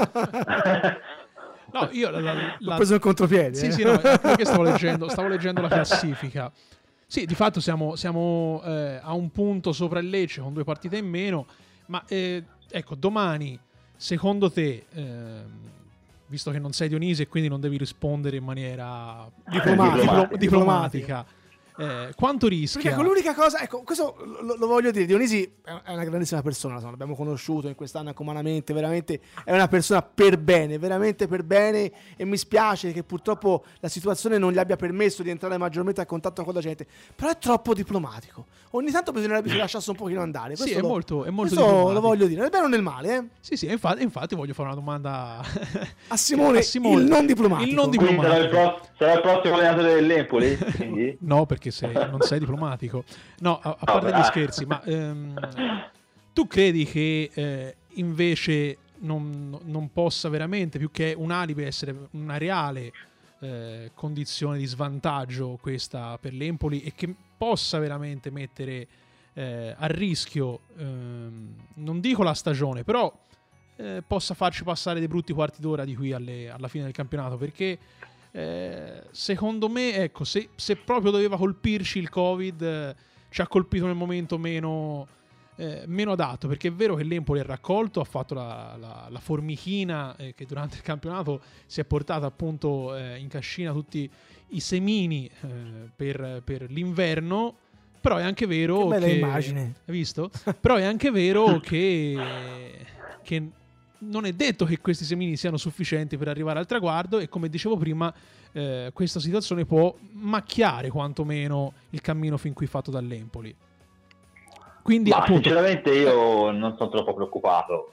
No, io ho preso il contropiede. Sì, no, perché stavo leggendo la classifica. Sì, di fatto siamo a un punto sopra il Lecce con 2 partite in meno, ma ecco, domani, secondo te, visto che non sei Dionisi e quindi non devi rispondere in maniera diplomatica, quanto rischia? Perché l'unica cosa, ecco, questo lo voglio dire, Dionisi è una grandissima persona, insomma, l'abbiamo conosciuto in quest'anno anche umanamente, veramente è una persona per bene, veramente per bene, e mi spiace che purtroppo la situazione non gli abbia permesso di entrare maggiormente a contatto con la gente, però è troppo diplomatico. Ogni tanto bisognerebbe che si lasciasse un pochino andare. Sì, è molto questo diplomatico. Lo voglio dire, nel bene o nel male, Sì, infatti voglio fare una domanda a Simone, il non diplomatico. Sarà il prossimo allenatore dell'Empoli? Quindi? No, perché non sei diplomatico. No, a parte gli scherzi, ma tu credi che invece non possa veramente, più che un alibi, essere una reale condizione di svantaggio questa per l'Empoli, e che possa veramente mettere a rischio, non dico la stagione, però possa farci passare dei brutti quarti d'ora di qui alla fine del campionato, perché secondo me, ecco, se proprio doveva colpirci il Covid, ci ha colpito nel momento meno adatto, perché è vero che l'Empoli è raccolto, ha fatto la formichina che durante il campionato si è portata appunto in cascina tutti i semini per l'inverno, Però è anche vero che bella che... immagine. Hai visto? Però è anche vero che non è detto che questi semini siano sufficienti per arrivare al traguardo, e come dicevo prima questa situazione può macchiare quantomeno il cammino fin qui fatto dall'Empoli. Quindi, appunto, sinceramente io non sono troppo preoccupato.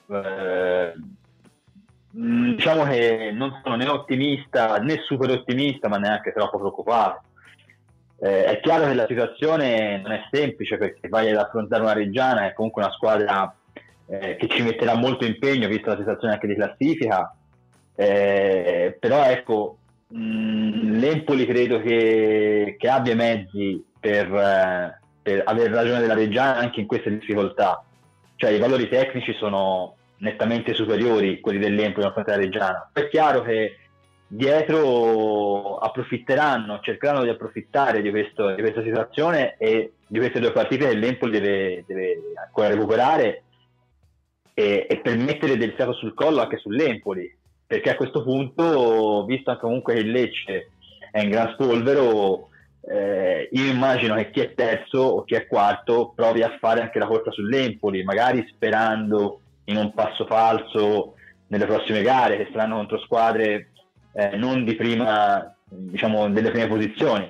Diciamo che non sono né ottimista né super ottimista, ma neanche troppo preoccupato. È chiaro che la situazione non è semplice, perché vai ad affrontare una Reggiana, è comunque una squadra che ci metterà molto impegno, vista la situazione anche di classifica, però ecco, l'Empoli credo che abbia i mezzi per avere ragione della Reggiana anche in queste difficoltà. Cioè i valori tecnici sono nettamente superiori quelli dell'Empoli nonostante la Reggiana. È chiaro che dietro cercheranno di approfittare di questa situazione e di queste due partite che l'Empoli deve ancora recuperare, e per mettere del fiato sul collo anche sull'Empoli, perché a questo punto, visto anche comunque che il Lecce è in gran spolvero, io immagino che chi è terzo o chi è quarto provi a fare anche la corsa sull'Empoli, magari sperando in un passo falso nelle prossime gare, che saranno contro squadre non di prima, diciamo, delle prime posizioni.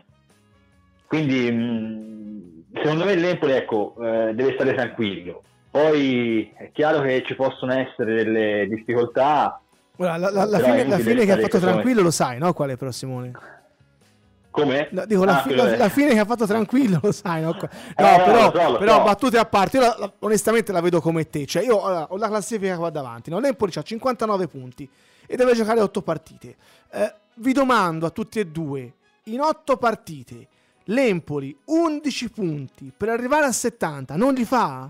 Quindi secondo me l'Empoli, ecco, deve stare tranquillo. Poi è chiaro che ci possono essere delle difficoltà. La fine che ha fatto tranquillo lo sai, no? Qual è però, Simone? Come? No, dico, la fine che ha fatto tranquillo lo sai, no? Però battute a parte, io onestamente la vedo come te. Cioè io ho la classifica qua davanti, no? L'Empoli ha 59 punti e deve giocare 8 partite. Vi domando a tutti e due, in 8 partite l'Empoli 11 punti per arrivare a 70 non li fa?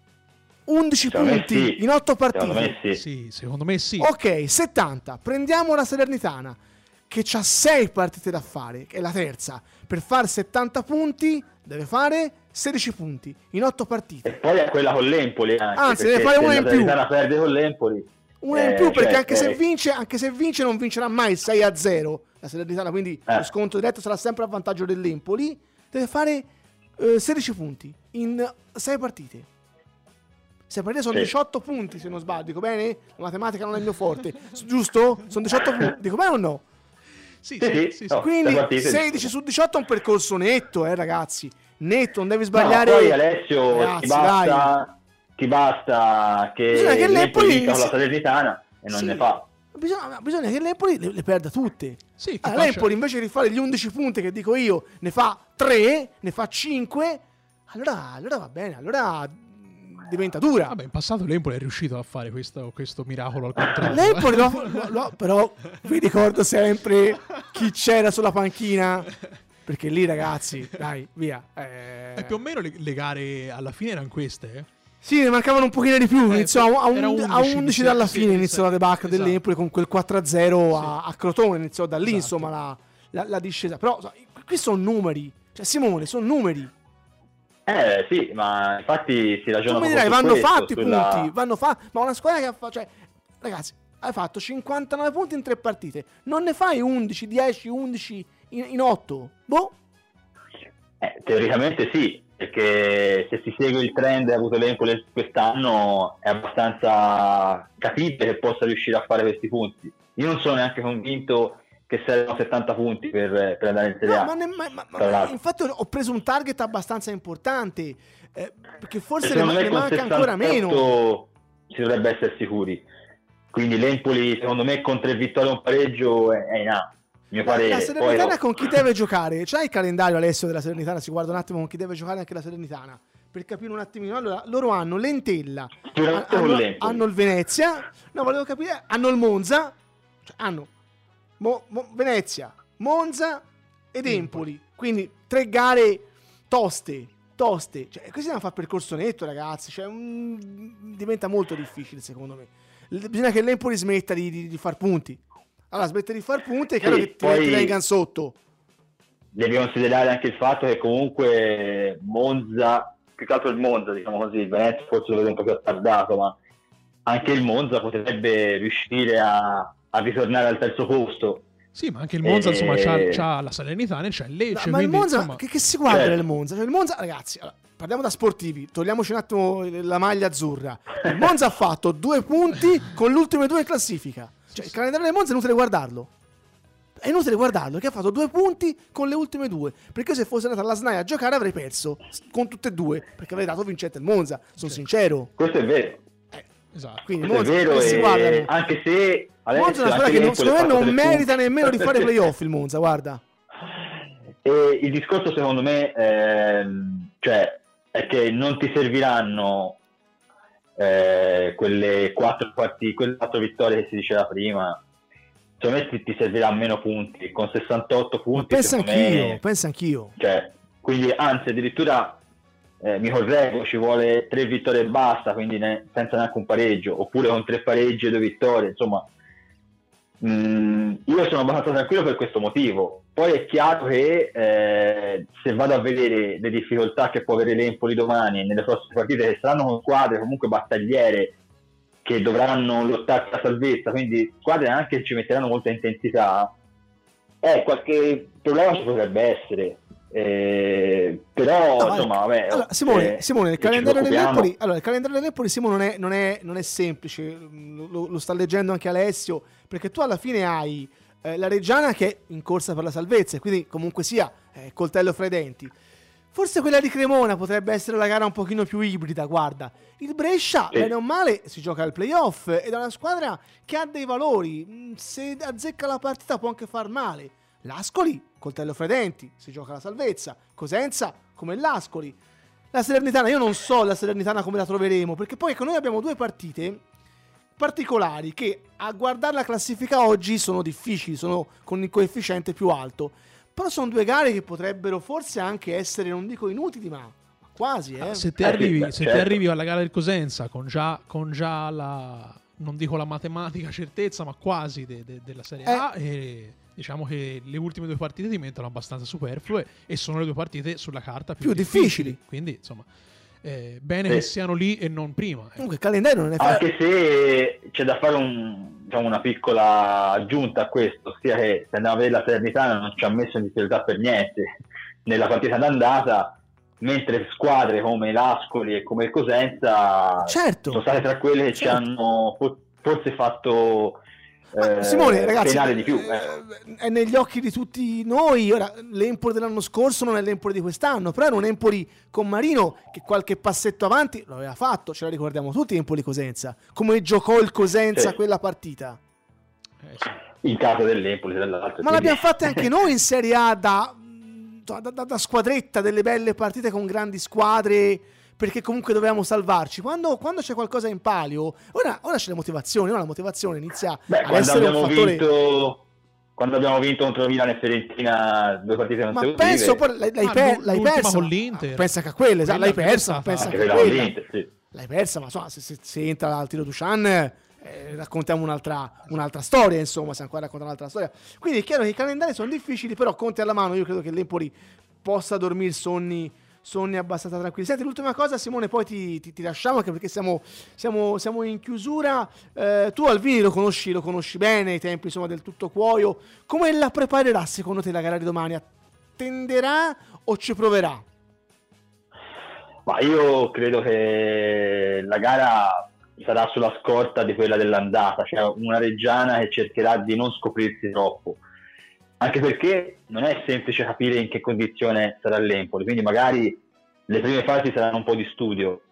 11 punti in 8 partite? Secondo me sì. Ok, 70. Prendiamo la Salernitana che ha 6 partite da fare, che è la terza. Per fare 70 punti deve fare 16 punti in 8 partite. E poi è quella con l'Empoli anche. Anzi, deve fare una in più. La perde con l'Empoli. Una in più, perché anche se vince non vincerà mai 6-0 la Salernitana, quindi lo sconto diretto sarà sempre a vantaggio dell'Empoli. Deve fare 16 punti in 6 partite. 6 partite sono 18 punti, se non sbaglio, dico bene? La matematica non è il mio forte, giusto? Sono 18 punti, dico bene o no? Sì. No, quindi 16 su 18 è un percorso netto, ragazzi. Netto, non devi sbagliare. No, poi Alessio, ragazzi, ti basta che l'Empoli vinca con la Salernitana e non ne fa. Bisogna che l'Empoli le perda tutte. Sì, l'Empoli invece di fare gli 11 punti che dico io, ne fa 3, ne fa 5. Allora va bene, allora diventa dura. Vabbè, in passato l'Empoli è riuscito a fare questo miracolo al contrario. L'Empoli però vi ricordo sempre chi c'era sulla panchina, perché lì, ragazzi, dai, via. Più o meno le gare alla fine erano queste, Sì, ne mancavano un pochino di più. Iniziò a 11 dalla fine, iniziò la debacle dell'Empoli con quel 4-0 a Crotone, iniziò da lì, insomma, la discesa. Però qui sono numeri, cioè Simone, sono numeri. Sì, ma infatti si ragiona. Tu mi dirai, vanno fatti i punti, ma una squadra che ha fatto, cioè, ragazzi, hai fatto 59 punti in 3 partite, non ne fai 11, 10, 11 in 8? Boh. Teoricamente sì, perché se si segue il trend che ha avuto l'Empoli quest'anno è abbastanza capibile che possa riuscire a fare questi punti. Io non sono neanche convinto che servono 70 punti per andare in Serie A. Ma infatti ho preso un target abbastanza importante, perché forse ne manca ancora meno. Si dovrebbe essere sicuri. Quindi l'Empoli, secondo me, con 3 vittorie e un pareggio è in A. Mio parere. La Salernitana con chi deve giocare? C'hai il calendario, Alessio, della Salernitana? Si guarda un attimo con chi deve giocare anche la Salernitana, per capire un attimino. Allora, loro hanno l'Entella, hanno il Venezia, no, volevo capire, hanno il Monza, cioè hanno Venezia, Monza ed Empoli, quindi 3 gare toste, cioè questi devono fare percorso netto, ragazzi, cioè diventa molto difficile secondo me. Bisogna che l'Empoli smetta di far punti. Allora smette di far punti, è chiaro che ti vengano sotto. Devi considerare anche il fatto che comunque Monza, più che altro il Monza, diciamo così, il Venezia forse lo vedo un po' più attardato, ma anche il Monza potrebbe riuscire a ritornare al terzo posto, Sì, ma anche il Monza insomma c'ha la Salernitana e c'ha il Lecce. Ma il Monza, insomma... che si guarda nel Monza? Cioè, il Monza, ragazzi, allora, parliamo da sportivi, togliamoci un attimo la maglia azzurra. Il Monza ha fatto 2 punti con le ultime 2 in classifica. Cioè, il calendario del Monza è inutile guardarlo. È inutile guardarlo, che ha fatto 2 punti con le ultime 2. Perché se fosse andato alla SNAI a giocare avrei perso con tutte e 2, perché avrei dato vincente il Monza, sono sincero. Questo è vero. Esatto. Quindi Questo Monza, è vero, si guardano. anche se Monza è una squadra che secondo me non merita nemmeno di fare playoff, il Monza, guarda. E il discorso secondo me cioè, è che non ti serviranno quelle 4 vittorie che si diceva prima. Secondo me ti servirà meno punti, con 68 punti. Pensa anch'io. Cioè, quindi anzi addirittura mi correggo, ci vuole 3 vittorie e basta, quindi senza neanche un pareggio, oppure con 3 pareggi e 2 vittorie, insomma. Io sono abbastanza tranquillo per questo motivo. Poi è chiaro che se vado a vedere le difficoltà che può avere l'Empoli domani nelle prossime partite, che saranno con squadre comunque battagliere che dovranno lottare per la salvezza, quindi squadre anche che ci metteranno molta intensità, qualche problema ci potrebbe essere. Però insomma vabbè, allora, Simone, il calendario dell'Empoli Simone non è semplice, lo sta leggendo anche Alessio, perché tu alla fine hai la Reggiana che è in corsa per la salvezza, e quindi comunque sia coltello fra i denti. Forse quella di Cremona potrebbe essere la gara un pochino più ibrida, guarda. Il Brescia, bene o male, si gioca al playoff ed è una squadra che ha dei valori, se azzecca la partita può anche far male. L'Ascoli, coltello fra i denti, si gioca la salvezza. Cosenza, come l'Ascoli. La Salernitana, io non so la Salernitana come la troveremo, perché poi ecco, noi abbiamo 2 partite particolari che a guardare la classifica oggi sono difficili, sono con il coefficiente più alto. Però sono 2 gare che potrebbero forse anche essere, non dico inutili, ma quasi. Se te arrivi alla gara del Cosenza con già la, non dico la matematica certezza, ma quasi della Serie A, e diciamo che le ultime 2 partite diventano abbastanza superflue e sono le 2 partite sulla carta più difficili. Quindi insomma bene che siano lì e non prima. Comunque il calendario non è anche se c'è da fare una piccola aggiunta a questo, ossia che se andiamo a vedere la Salernitana non ci ha messo in difficoltà per niente nella partita d'andata, mentre squadre come l'Ascoli e come il Cosenza sono state tra quelle che ci hanno forse fatto Simone, ragazzi, penale di più. È negli occhi di tutti noi. Ora, l'Empoli dell'anno scorso non è l'Empoli di quest'anno, però è un Empoli con Marino che qualche passetto avanti lo aveva fatto, ce la ricordiamo tutti. Empoli Cosenza, come giocò il Cosenza quella partita, in caso dell'Empoli dall'altro, ma l'abbiamo fatta anche noi in Serie A da squadretta, delle belle partite con grandi squadre, perché comunque dovevamo salvarci. Quando c'è qualcosa in palio, ora c'è la motivazione, la motivazione inizia a essere un fattore. Quando abbiamo vinto contro Milan e Fiorentina 2 partite non ma penso poi l'hai persa con l'Inter. Pensa che a quelle, l'hai persa, pensa che a quella. L'hai persa, ma insomma, se entra al tiro Duchan raccontiamo un'altra storia, insomma, stiamo qua a raccontare un'altra storia. Quindi è chiaro che i calendari sono difficili, però conti alla mano, io credo che l'Empoli possa dormire sonni abbastanza tranquilli. Senti, l'ultima cosa, Simone, poi ti lasciamo, anche perché siamo in chiusura. Tu Alvini lo conosci bene, i tempi insomma del tutto cuoio. Come la preparerà secondo te la gara di domani? Attenderà o ci proverà? Ma io credo che la gara sarà sulla scorta di quella dell'andata, cioè una Reggiana che cercherà di non scoprirsi troppo, anche perché non è semplice capire in che condizione sarà l'Empoli, quindi magari le prime fasi saranno un po' di studio.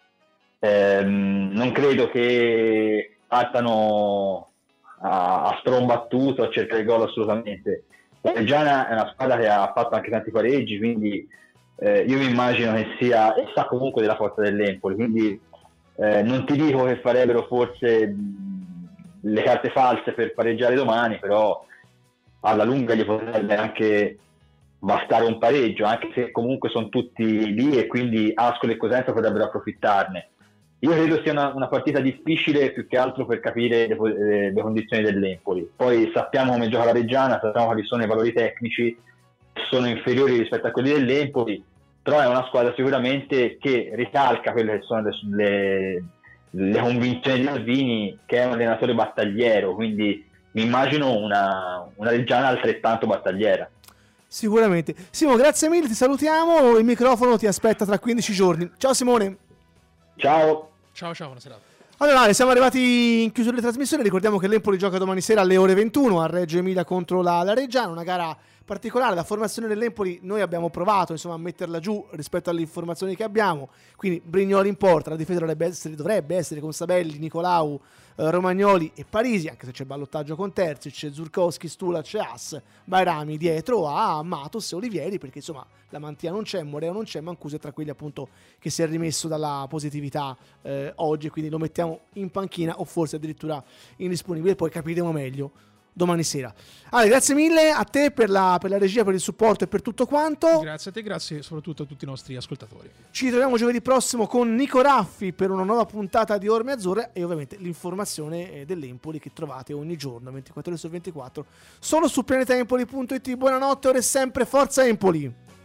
Non credo che partano a strombattuto a cercare il gol assolutamente. La Reggiana è una squadra che ha fatto anche tanti pareggi, quindi io mi immagino che sia, e sa comunque della forza dell'Empoli, quindi non ti dico che farebbero forse le carte false per pareggiare domani, però alla lunga gli potrebbe anche bastare un pareggio, anche se comunque sono tutti lì e quindi Ascoli e Cosenza potrebbero approfittarne. Io credo sia una partita difficile più che altro per capire le condizioni dell'Empoli. Poi sappiamo come gioca la Reggiana, sappiamo quali sono i valori tecnici, sono inferiori rispetto a quelli dell'Empoli, però è una squadra sicuramente che ricalca quelle che sono le convinzioni di Alvini, che è un allenatore battagliero, quindi mi immagino una Reggiana altrettanto battagliera. Sicuramente. Simo, grazie mille, ti salutiamo, il microfono ti aspetta tra 15 giorni. Ciao Simone. Ciao. Ciao, buona serata. Allora, Ale, siamo arrivati in chiusura di trasmissione. Ricordiamo che l'Empoli gioca domani sera alle ore 21 a Reggio Emilia contro la Reggiana, una gara particolare. La formazione dell'Empoli noi abbiamo provato insomma a metterla giù rispetto alle informazioni che abbiamo, quindi Brignoli in porta, la difesa dovrebbe essere con Sabelli, Nicolau, Romagnoli e Parisi, anche se c'è ballottaggio con Terzic, Zurkowski, Stulac e As, Bairami dietro a Matos e Olivieri, perché insomma la Mantia non c'è, Moreo non c'è, Mancuso è tra quelli appunto che si è rimesso dalla positività oggi, quindi lo mettiamo in panchina o forse addirittura indisponibile, poi capiremo meglio domani sera. Allora, grazie mille a te per la regia, per il supporto e per tutto quanto. Grazie a te, grazie soprattutto a tutti i nostri ascoltatori. Ci troviamo giovedì prossimo con Nico Raffi per una nuova puntata di Orme Azzurre e ovviamente l'informazione dell'Empoli che trovate ogni giorno 24 ore su 24 solo su pianetaempoli.it. Buonanotte, ora e sempre forza Empoli.